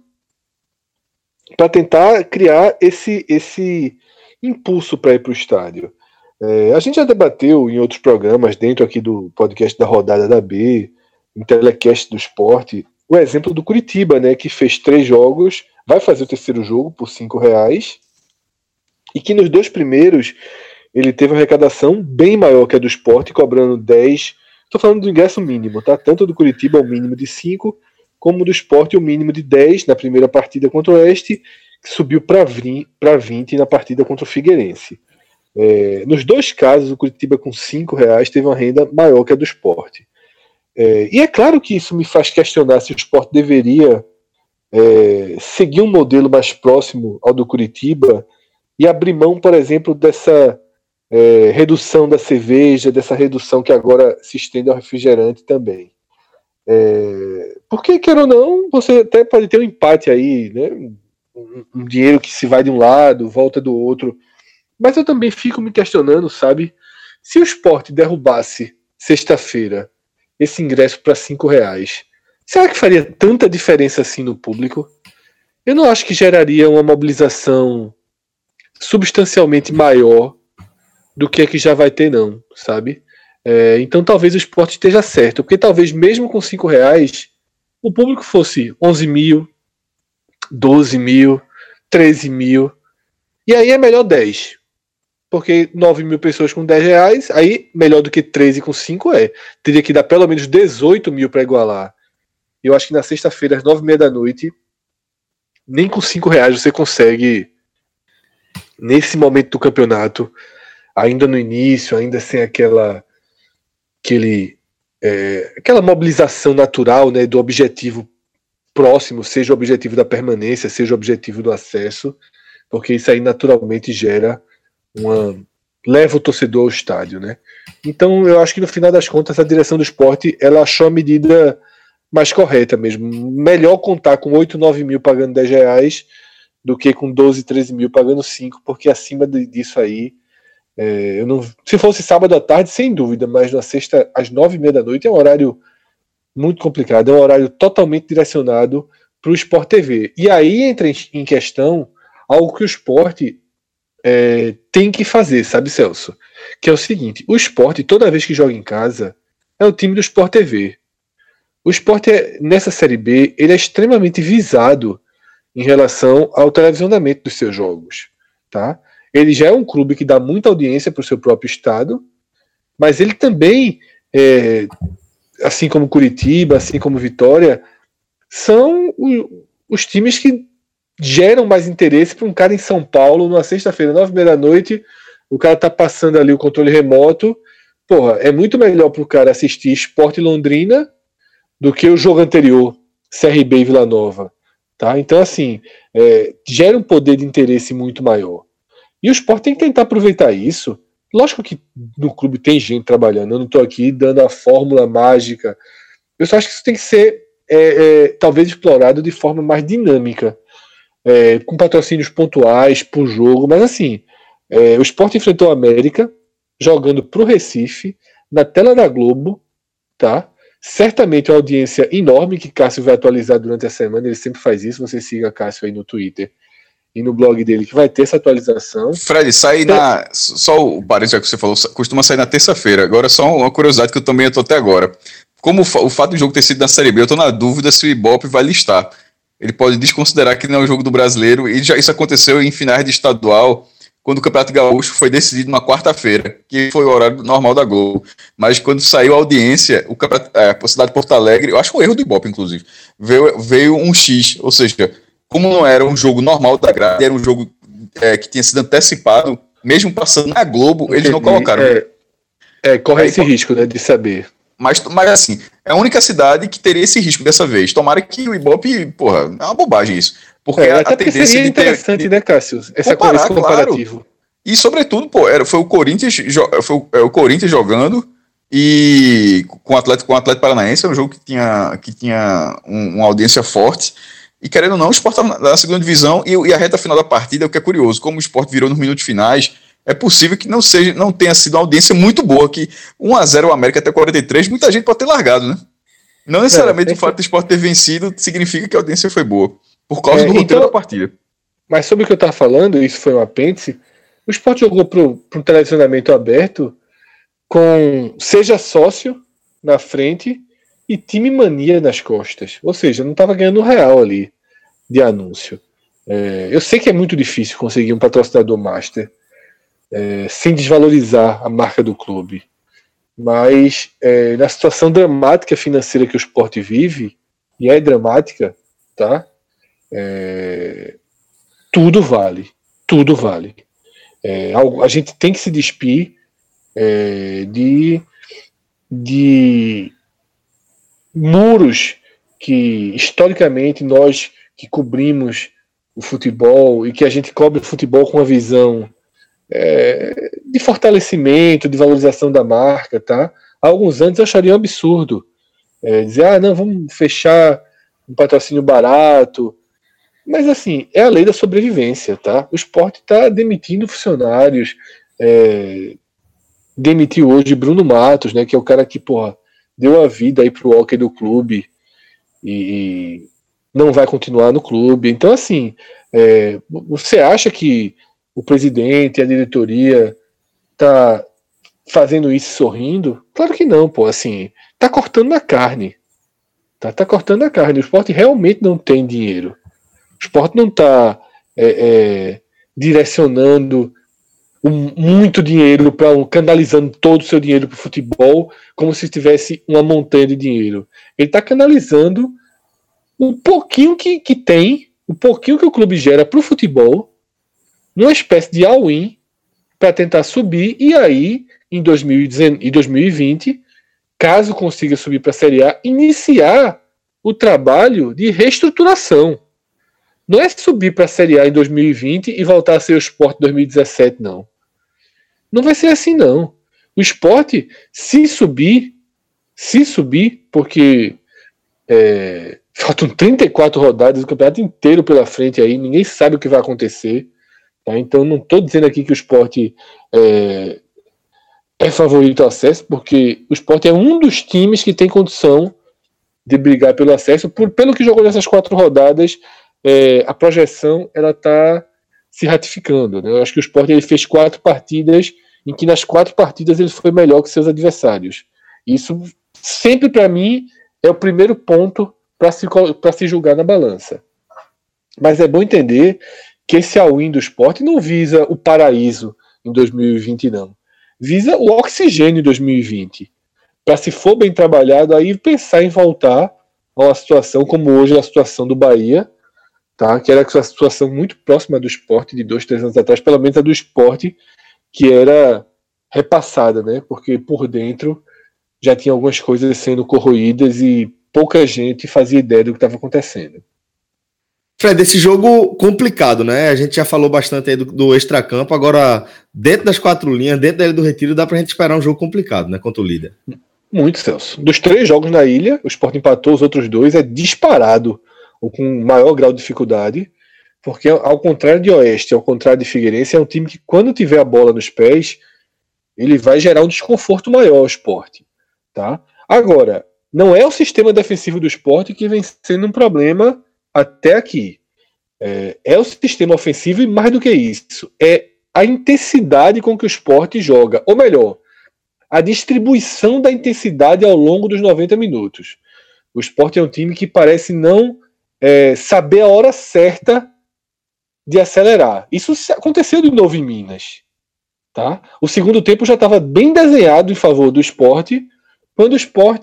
para tentar criar esse, esse impulso para ir para o estádio. É, a gente já debateu em outros programas, dentro aqui do podcast da Rodada da B, em Telecast do Esporte, o exemplo do Curitiba, né, que fez três jogos, vai fazer o terceiro jogo por cinco reais, e que nos dois primeiros ele teve uma arrecadação bem maior que a do Sport, cobrando dez. Estou falando do ingresso mínimo, tá? Tanto do Curitiba o mínimo de cinco, como do Sport o mínimo de dez na primeira partida contra o Oeste, que subiu para vinte na partida contra o Figueirense. É, nos dois casos, o Curitiba com cinco reais teve uma renda maior que a do Sport. É, e é claro que isso me faz questionar se o Sport deveria é, seguir um modelo mais próximo ao do Curitiba e abrir mão, por exemplo, dessa é, redução da cerveja, dessa redução que agora se estende ao refrigerante também. É, porque, quer ou não, você até pode ter um empate aí, né? um, um dinheiro que se vai de um lado, volta do outro. Mas eu também fico me questionando, sabe? Se o Sport derrubasse sexta-feira esse ingresso para cinco reais, será que faria tanta diferença assim no público? Eu não acho que geraria uma mobilização substancialmente maior do que a que já vai ter, não, sabe? É, então talvez o Sport esteja certo, porque talvez mesmo com cinco reais o público fosse onze mil, doze mil, treze mil, e aí é melhor dez, porque nove mil pessoas com dez reais, aí melhor do que treze com cinco é. Teria que dar pelo menos dezoito mil para igualar. Eu acho que na sexta-feira, às nove e meia da noite, nem com cinco reais você consegue, nesse momento do campeonato, ainda no início, ainda sem aquela, aquele, é, aquela mobilização natural, né, do objetivo próximo, seja o objetivo da permanência, seja o objetivo do acesso, porque isso aí naturalmente gera uma... leva o torcedor ao estádio, né? Então eu acho que no final das contas a direção do esporte ela achou a medida mais correta mesmo. Melhor contar com oito, nove mil pagando dez reais do que com doze, treze mil pagando cinco, porque acima disso aí é, eu não... se fosse sábado à tarde, sem dúvida, mas na sexta às nove e meia da noite é um horário muito complicado, é um horário totalmente direcionado para o Sport T V. E aí entra em questão algo que o esporte é, tem que fazer, sabe, Celso? Que é o seguinte, o esporte, toda vez que joga em casa, é o time do Sport T V. O esporte, é, nessa Série B, ele é extremamente visado em relação ao televisionamento dos seus jogos, tá? Ele já é um clube que dá muita audiência para o seu próprio estado, mas ele também, é, assim como Curitiba, assim como Vitória, são o, os times que geram mais interesse para um cara em São Paulo, numa sexta-feira, nove e meia da noite, o cara tá passando ali o controle remoto. Porra, é muito melhor para o cara assistir Sport Londrina do que o jogo anterior, C R B e Vila Nova. Tá? Então, assim, é, gera um poder de interesse muito maior. E o Sport tem que tentar aproveitar isso. Lógico que no clube tem gente trabalhando, eu não estou aqui dando a fórmula mágica. Eu só acho que isso tem que ser, é, é, talvez, explorado de forma mais dinâmica. É, com patrocínios pontuais por jogo, mas assim, é, o Sport enfrentou a América jogando pro Recife, na tela da Globo, tá? Certamente uma audiência enorme que Cássio vai atualizar durante a semana, ele sempre faz isso, você siga Cássio aí no Twitter e no blog dele que vai ter essa atualização. Fred, sai então, na... Só o parênteses que você falou, costuma sair na terça-feira, agora só uma curiosidade que eu também estou até agora. Como o fato do jogo ter sido na Série B, eu estou na dúvida se o Ibope vai listar. Ele pode desconsiderar que não é o jogo do brasileiro, e já isso aconteceu em finais de estadual, quando o Campeonato Gaúcho foi decidido numa quarta-feira, que foi o horário normal da Globo. Mas quando saiu a audiência, o a cidade de Porto Alegre, eu acho um erro do Ibope, inclusive, veio, veio um X, ou seja, como não era um jogo normal da grade, era um jogo é, que tinha sido antecipado, mesmo passando na Globo, Entendi. Eles não colocaram. É, é corre Aí, esse risco, né, de saber. Mas, mas assim, é a única cidade que teria esse risco dessa vez. Tomara que o Ibope, porra, é uma bobagem isso. Porque é, a, até a tendência seria de ter, interessante, de, né, Cássio? Essa comparar, esse comparativo. Claro. E, sobretudo, pô, era, foi, o Corinthians, foi o, é, o Corinthians jogando e com o Atlético, com o Atlético Paranaense, é um jogo que tinha, que tinha um, uma audiência forte. E, querendo ou não, o Sport estava na segunda divisão e, e a reta final da partida, o que é curioso, como o Sport virou nos minutos finais, é possível que não, seja, não tenha sido uma audiência muito boa, que um a zero o América até quarenta e três, muita gente pode ter largado, né? Não necessariamente é, o fato do Sport ter vencido significa que a audiência foi boa, por causa é, do roteiro então, da partida. Mas sobre o que eu estava falando, isso foi um apêndice, o Sport jogou para um televisionamento aberto com seja sócio na frente e time mania nas costas. Ou seja, não estava ganhando real ali de anúncio. É, eu sei que é muito difícil conseguir um patrocinador master é, sem desvalorizar a marca do clube. Mas é, na situação dramática financeira que o Sport vive, e é dramática, tá? É, tudo vale. Tudo vale. É, a gente tem que se despir é, de, de muros que historicamente nós que cobrimos o futebol e que a gente cobre o futebol com uma visão é, de fortalecimento, de valorização da marca, tá? Há alguns anos eu acharia um absurdo é, dizer, ah, não, vamos fechar um patrocínio barato. Mas assim, é a lei da sobrevivência, tá? O Sport está demitindo funcionários, é, demitiu hoje Bruno Matos, né, que é o cara que, porra, deu a vida aí pro hockey do clube e, e não vai continuar no clube. Então, assim, é, você acha que o presidente e a diretoria tá fazendo isso sorrindo? Claro que não, pô, assim, tá cortando a carne. Tá, tá cortando a carne. O Sport realmente não tem dinheiro. O Sport não está é, é, direcionando um, muito dinheiro, para um, canalizando todo o seu dinheiro para o futebol, como se tivesse uma montanha de dinheiro. Ele está canalizando o pouquinho que, que tem, o pouquinho que o clube gera para o futebol, numa espécie de all-in, para tentar subir, e aí, em dois mil e vinte, caso consiga subir para a Série A, iniciar o trabalho de reestruturação. Não é subir para a Série A em dois mil e vinte e voltar a ser o Sport dois mil e dezessete, não. Não vai ser assim, não. O Sport, se subir, se subir, porque é, faltam trinta e quatro rodadas, o campeonato inteiro pela frente aí, ninguém sabe o que vai acontecer. Tá? Então, não estou dizendo aqui que o Sport é, é favorito ao acesso, porque o Sport é um dos times que tem condição de brigar pelo acesso, por, pelo que jogou nessas quatro rodadas. É, a projeção ela está se ratificando, né? Eu acho que o Sport ele fez quatro partidas em que nas quatro partidas ele foi melhor que seus adversários. Isso sempre para mim é o primeiro ponto para se, para se julgar na balança. Mas é bom entender que esse all-in do Sport não visa o paraíso em dois mil e vinte, não. Visa o oxigênio em dois mil e vinte. Para, se for bem trabalhado, aí pensar em voltar a uma situação como hoje é a situação do Bahia, tá? Que era uma situação muito próxima do Sport de dois, três anos atrás, pelo menos a do Sport, que era repassada, né? Porque por dentro já tinha algumas coisas sendo corroídas e pouca gente fazia ideia do que estava acontecendo. Fred, esse jogo complicado, né? A gente já falou bastante aí do, do extracampo, agora dentro das quatro linhas, dentro da Ilha do Retiro, dá pra gente esperar um jogo complicado, né? Contra o líder. Muito, Celso. Dos três jogos na ilha, o Sport empatou os outros dois, é disparado ou com maior grau de dificuldade, porque ao contrário de Oeste, ao contrário de Figueirense, é um time que quando tiver a bola nos pés, ele vai gerar um desconforto maior ao Sport, tá? Agora, não é o sistema defensivo do Sport que vem sendo um problema até aqui. É, é o sistema ofensivo e mais do que isso, é a intensidade com que o Sport joga, ou melhor, a distribuição da intensidade ao longo dos noventa minutos. O Sport é um time que parece não É, saber a hora certa de acelerar. Isso aconteceu de novo em Minas. Tá? O segundo tempo já estava bem desenhado em favor do Sport, quando o Sport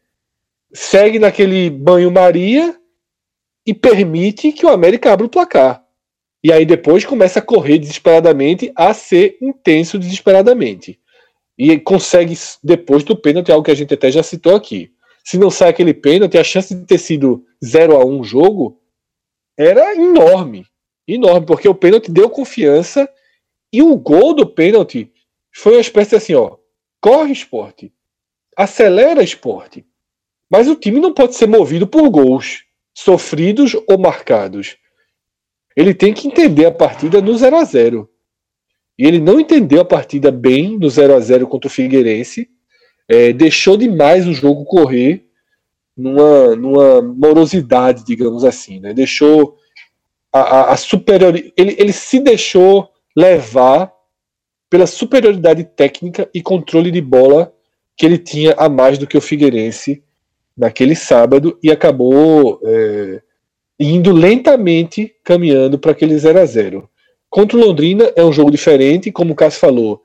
segue naquele banho-maria e permite que o América abra o placar. E aí depois começa a correr desesperadamente, a ser intenso desesperadamente. E consegue, depois do pênalti, algo que a gente até já citou aqui. Se não sai aquele pênalti, a chance de ter sido zero a um o jogo era enorme. Enorme, porque o pênalti deu confiança e o gol do pênalti foi uma espécie assim, ó, corre Sport, acelera Sport, mas o time não pode ser movido por gols sofridos ou marcados. Ele tem que entender a partida no zero a zero. E ele não entendeu a partida bem no zero a zero contra o Figueirense, é, deixou demais o jogo correr numa, numa morosidade, digamos assim, né? Deixou a, a, a superioridade, ele, ele se deixou levar pela superioridade técnica e controle de bola que ele tinha a mais do que o Figueirense naquele sábado e acabou é, indo lentamente caminhando para aquele zero a zero. Contra o Londrina é um jogo diferente, como o Cássio falou,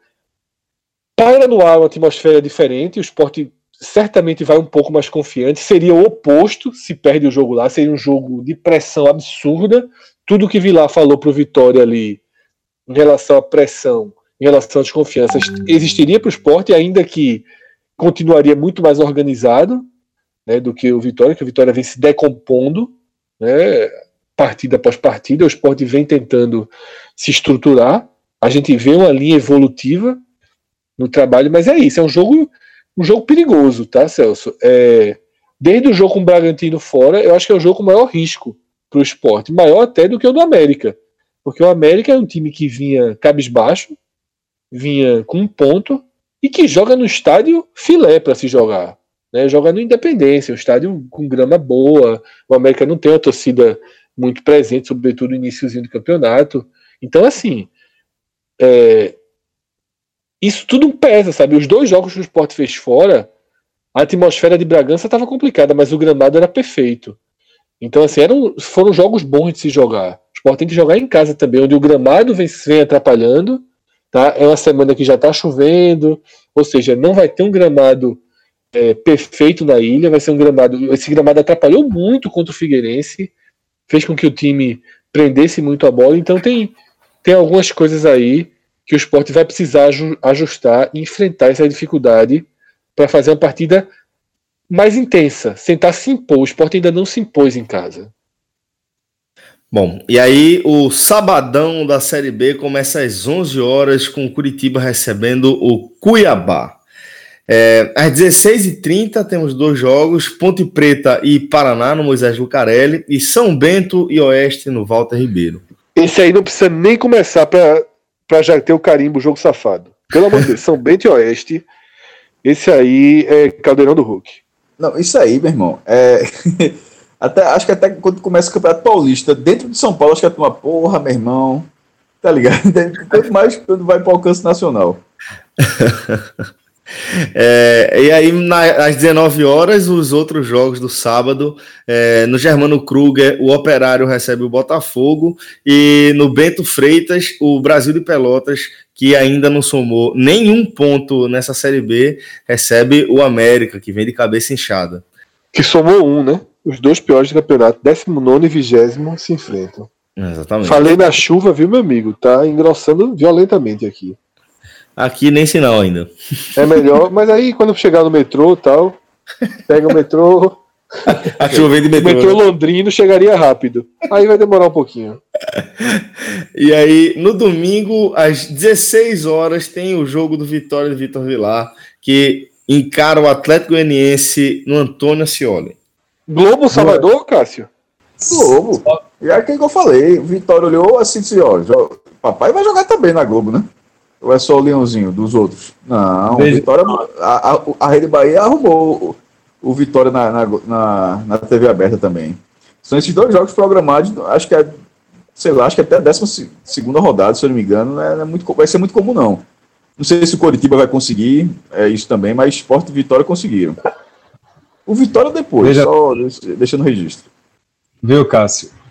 paira no ar uma atmosfera diferente, o Sport certamente vai um pouco mais confiante, seria o oposto se perde o jogo lá, seria um jogo de pressão absurda, tudo que Vilar falou para o Vitória ali em relação à pressão, em relação à desconfiança, existiria para o Sport, ainda que continuaria muito mais organizado, né, do que o Vitória, que o Vitória vem se decompondo, né, partida após partida, o Sport vem tentando se estruturar, a gente vê uma linha evolutiva no trabalho, mas é isso, é um jogo, um jogo perigoso, tá, Celso? É, desde o jogo com o Bragantino fora, eu acho que é o jogo com maior risco para o Sport, maior até do que o do América, porque o América é um time que vinha cabisbaixo, vinha com um ponto, e que joga no estádio filé para se jogar, né? Joga no Independência, um estádio com grama boa, o América não tem uma torcida muito presente, sobretudo no iniciozinho do campeonato, então assim, é, isso tudo pesa, sabe? Os dois jogos que o Sport fez fora, a atmosfera de Bragança estava complicada, mas o gramado era perfeito. Então, assim, eram, foram jogos bons de se jogar. O Sport tem que jogar em casa também, onde o gramado vem, vem atrapalhando. Tá? É uma semana que já está chovendo, ou seja, não vai ter um gramado é, perfeito na ilha, vai ser um gramado. Esse gramado atrapalhou muito contra o Figueirense, fez com que o time prendesse muito a bola. Então, tem, tem algumas coisas aí que o Sport vai precisar ajustar e enfrentar essa dificuldade para fazer uma partida mais intensa, tentar se impor. O Sport ainda não se impôs em casa. Bom, e aí o sabadão da Série B começa às onze horas com o Curitiba recebendo o Cuiabá. É, às dezesseis e trinta temos dois jogos, Ponte Preta e Paraná no Moisés Lucarelli e São Bento e Oeste no Walter Ribeiro. Esse aí não precisa nem começar para já ter o carimbo jogo safado. Pelo amor de Deus, São Bento e Oeste, esse aí é caldeirão do Hulk. Não, isso aí, meu irmão, é... até, acho que até quando começa o Campeonato Paulista, dentro de São Paulo, acho que é uma porra, meu irmão, tá ligado? Quanto mais quando vai para o alcance nacional. É, e aí, na, às dezenove horas, os outros jogos do sábado, é, no Germano Kruger, o Operário recebe o Botafogo, e no Bento Freitas, o Brasil de Pelotas, que ainda não somou nenhum ponto nessa Série B, recebe o América, que vem de cabeça inchada. Que somou um, né? Os dois piores do campeonato, décimo nono e vigésimo, se enfrentam. Exatamente. Falei na chuva, viu, meu amigo? Tá engrossando violentamente aqui. Aqui nem sinal ainda. É melhor, mas aí quando chegar no metrô e tal, pega o metrô. A chuva de metrô. O metrô londrino chegaria rápido. Aí vai demorar um pouquinho. E aí, no domingo, às dezesseis horas, tem o jogo do Vitória de Vitor Vilar, que encara o Atlético Goianiense no Antônio Ascioli. Globo Salvador, Cássio? Globo. E é aquilo que eu falei. O Vitória olhou assim e disse: ó, papai vai jogar também na Globo, né? Ou é só o leãozinho dos outros? Não, o Vitória, a, a, a Rede Bahia arrumou o, o Vitória na, na, na, na T V aberta também. São esses dois jogos programados, acho que é, sei lá, acho que até a décima segunda rodada, se eu não me engano, não é, não é muito, vai ser muito comum, não. Não sei se o Coritiba vai conseguir é, isso também, mas Sport e Vitória conseguiram. O Vitória depois, Veja... só deixando o registro. Viu, Cássio?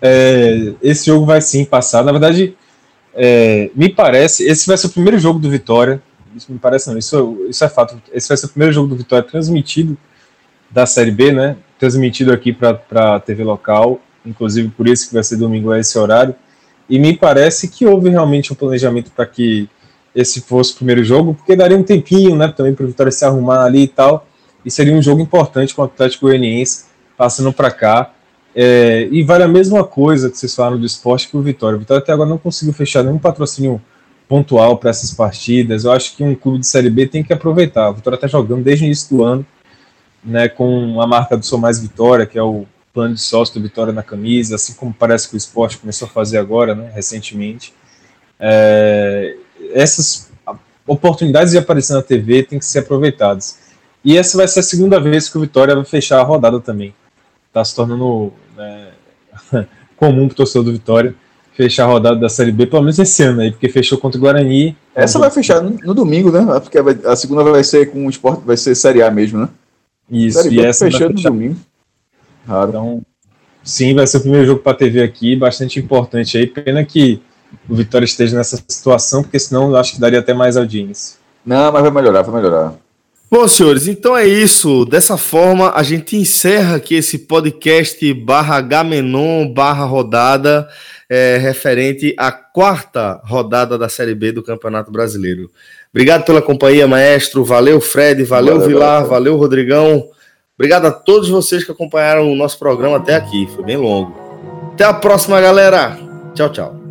é, esse jogo vai sim passar. Na verdade, é, me parece, esse vai ser o primeiro jogo do Vitória. Isso me parece não, isso, isso é fato. Esse vai ser o primeiro jogo do Vitória transmitido da Série B, né? Transmitido aqui para a T V local, inclusive por isso que vai ser domingo a esse horário. E me parece que houve realmente um planejamento para que esse fosse o primeiro jogo, porque daria um tempinho, né, também para o Vitória se arrumar ali e tal, e seria um jogo importante com o Atlético Goianiense passando para cá. É, e vale a mesma coisa que vocês falaram do esporte que o Vitória. O Vitória até agora não conseguiu fechar nenhum patrocínio pontual para essas partidas. Eu acho que um clube de Série B tem que aproveitar. O Vitória está jogando desde o início do ano, né, com a marca do Sou Mais Vitória, que é o plano de sócio do Vitória na camisa, assim como parece que o esporte começou a fazer agora, né, recentemente. É, essas oportunidades de aparecer na T V têm que ser aproveitadas. E essa vai ser a segunda vez que o Vitória vai fechar a rodada também. Está se tornando, né, comum para o torcedor do Vitória fechar a rodada da Série B, pelo menos esse ano aí, porque fechou contra o Guarani. Essa vai fechar no, no domingo, né? Porque a segunda vai ser com o esporte, vai ser Série A mesmo, né? Isso, e essa fechando no domingo. Raro. Então, sim, vai ser o primeiro jogo para a T V aqui, bastante importante aí. Pena que o Vitória esteja nessa situação, porque senão eu acho que daria até mais audiência. Não, mas vai melhorar, vai melhorar. Bom, senhores, então é isso. Dessa forma, a gente encerra aqui esse podcast barra Gamenon barra rodada é, referente à quarta rodada da Série B do Campeonato Brasileiro. Obrigado pela companhia, maestro. Valeu, Fred. Valeu, valeu Vilar. Valeu, valeu, Rodrigão. Obrigado a todos vocês que acompanharam o nosso programa até aqui. Foi bem longo. Até a próxima, galera. Tchau, tchau.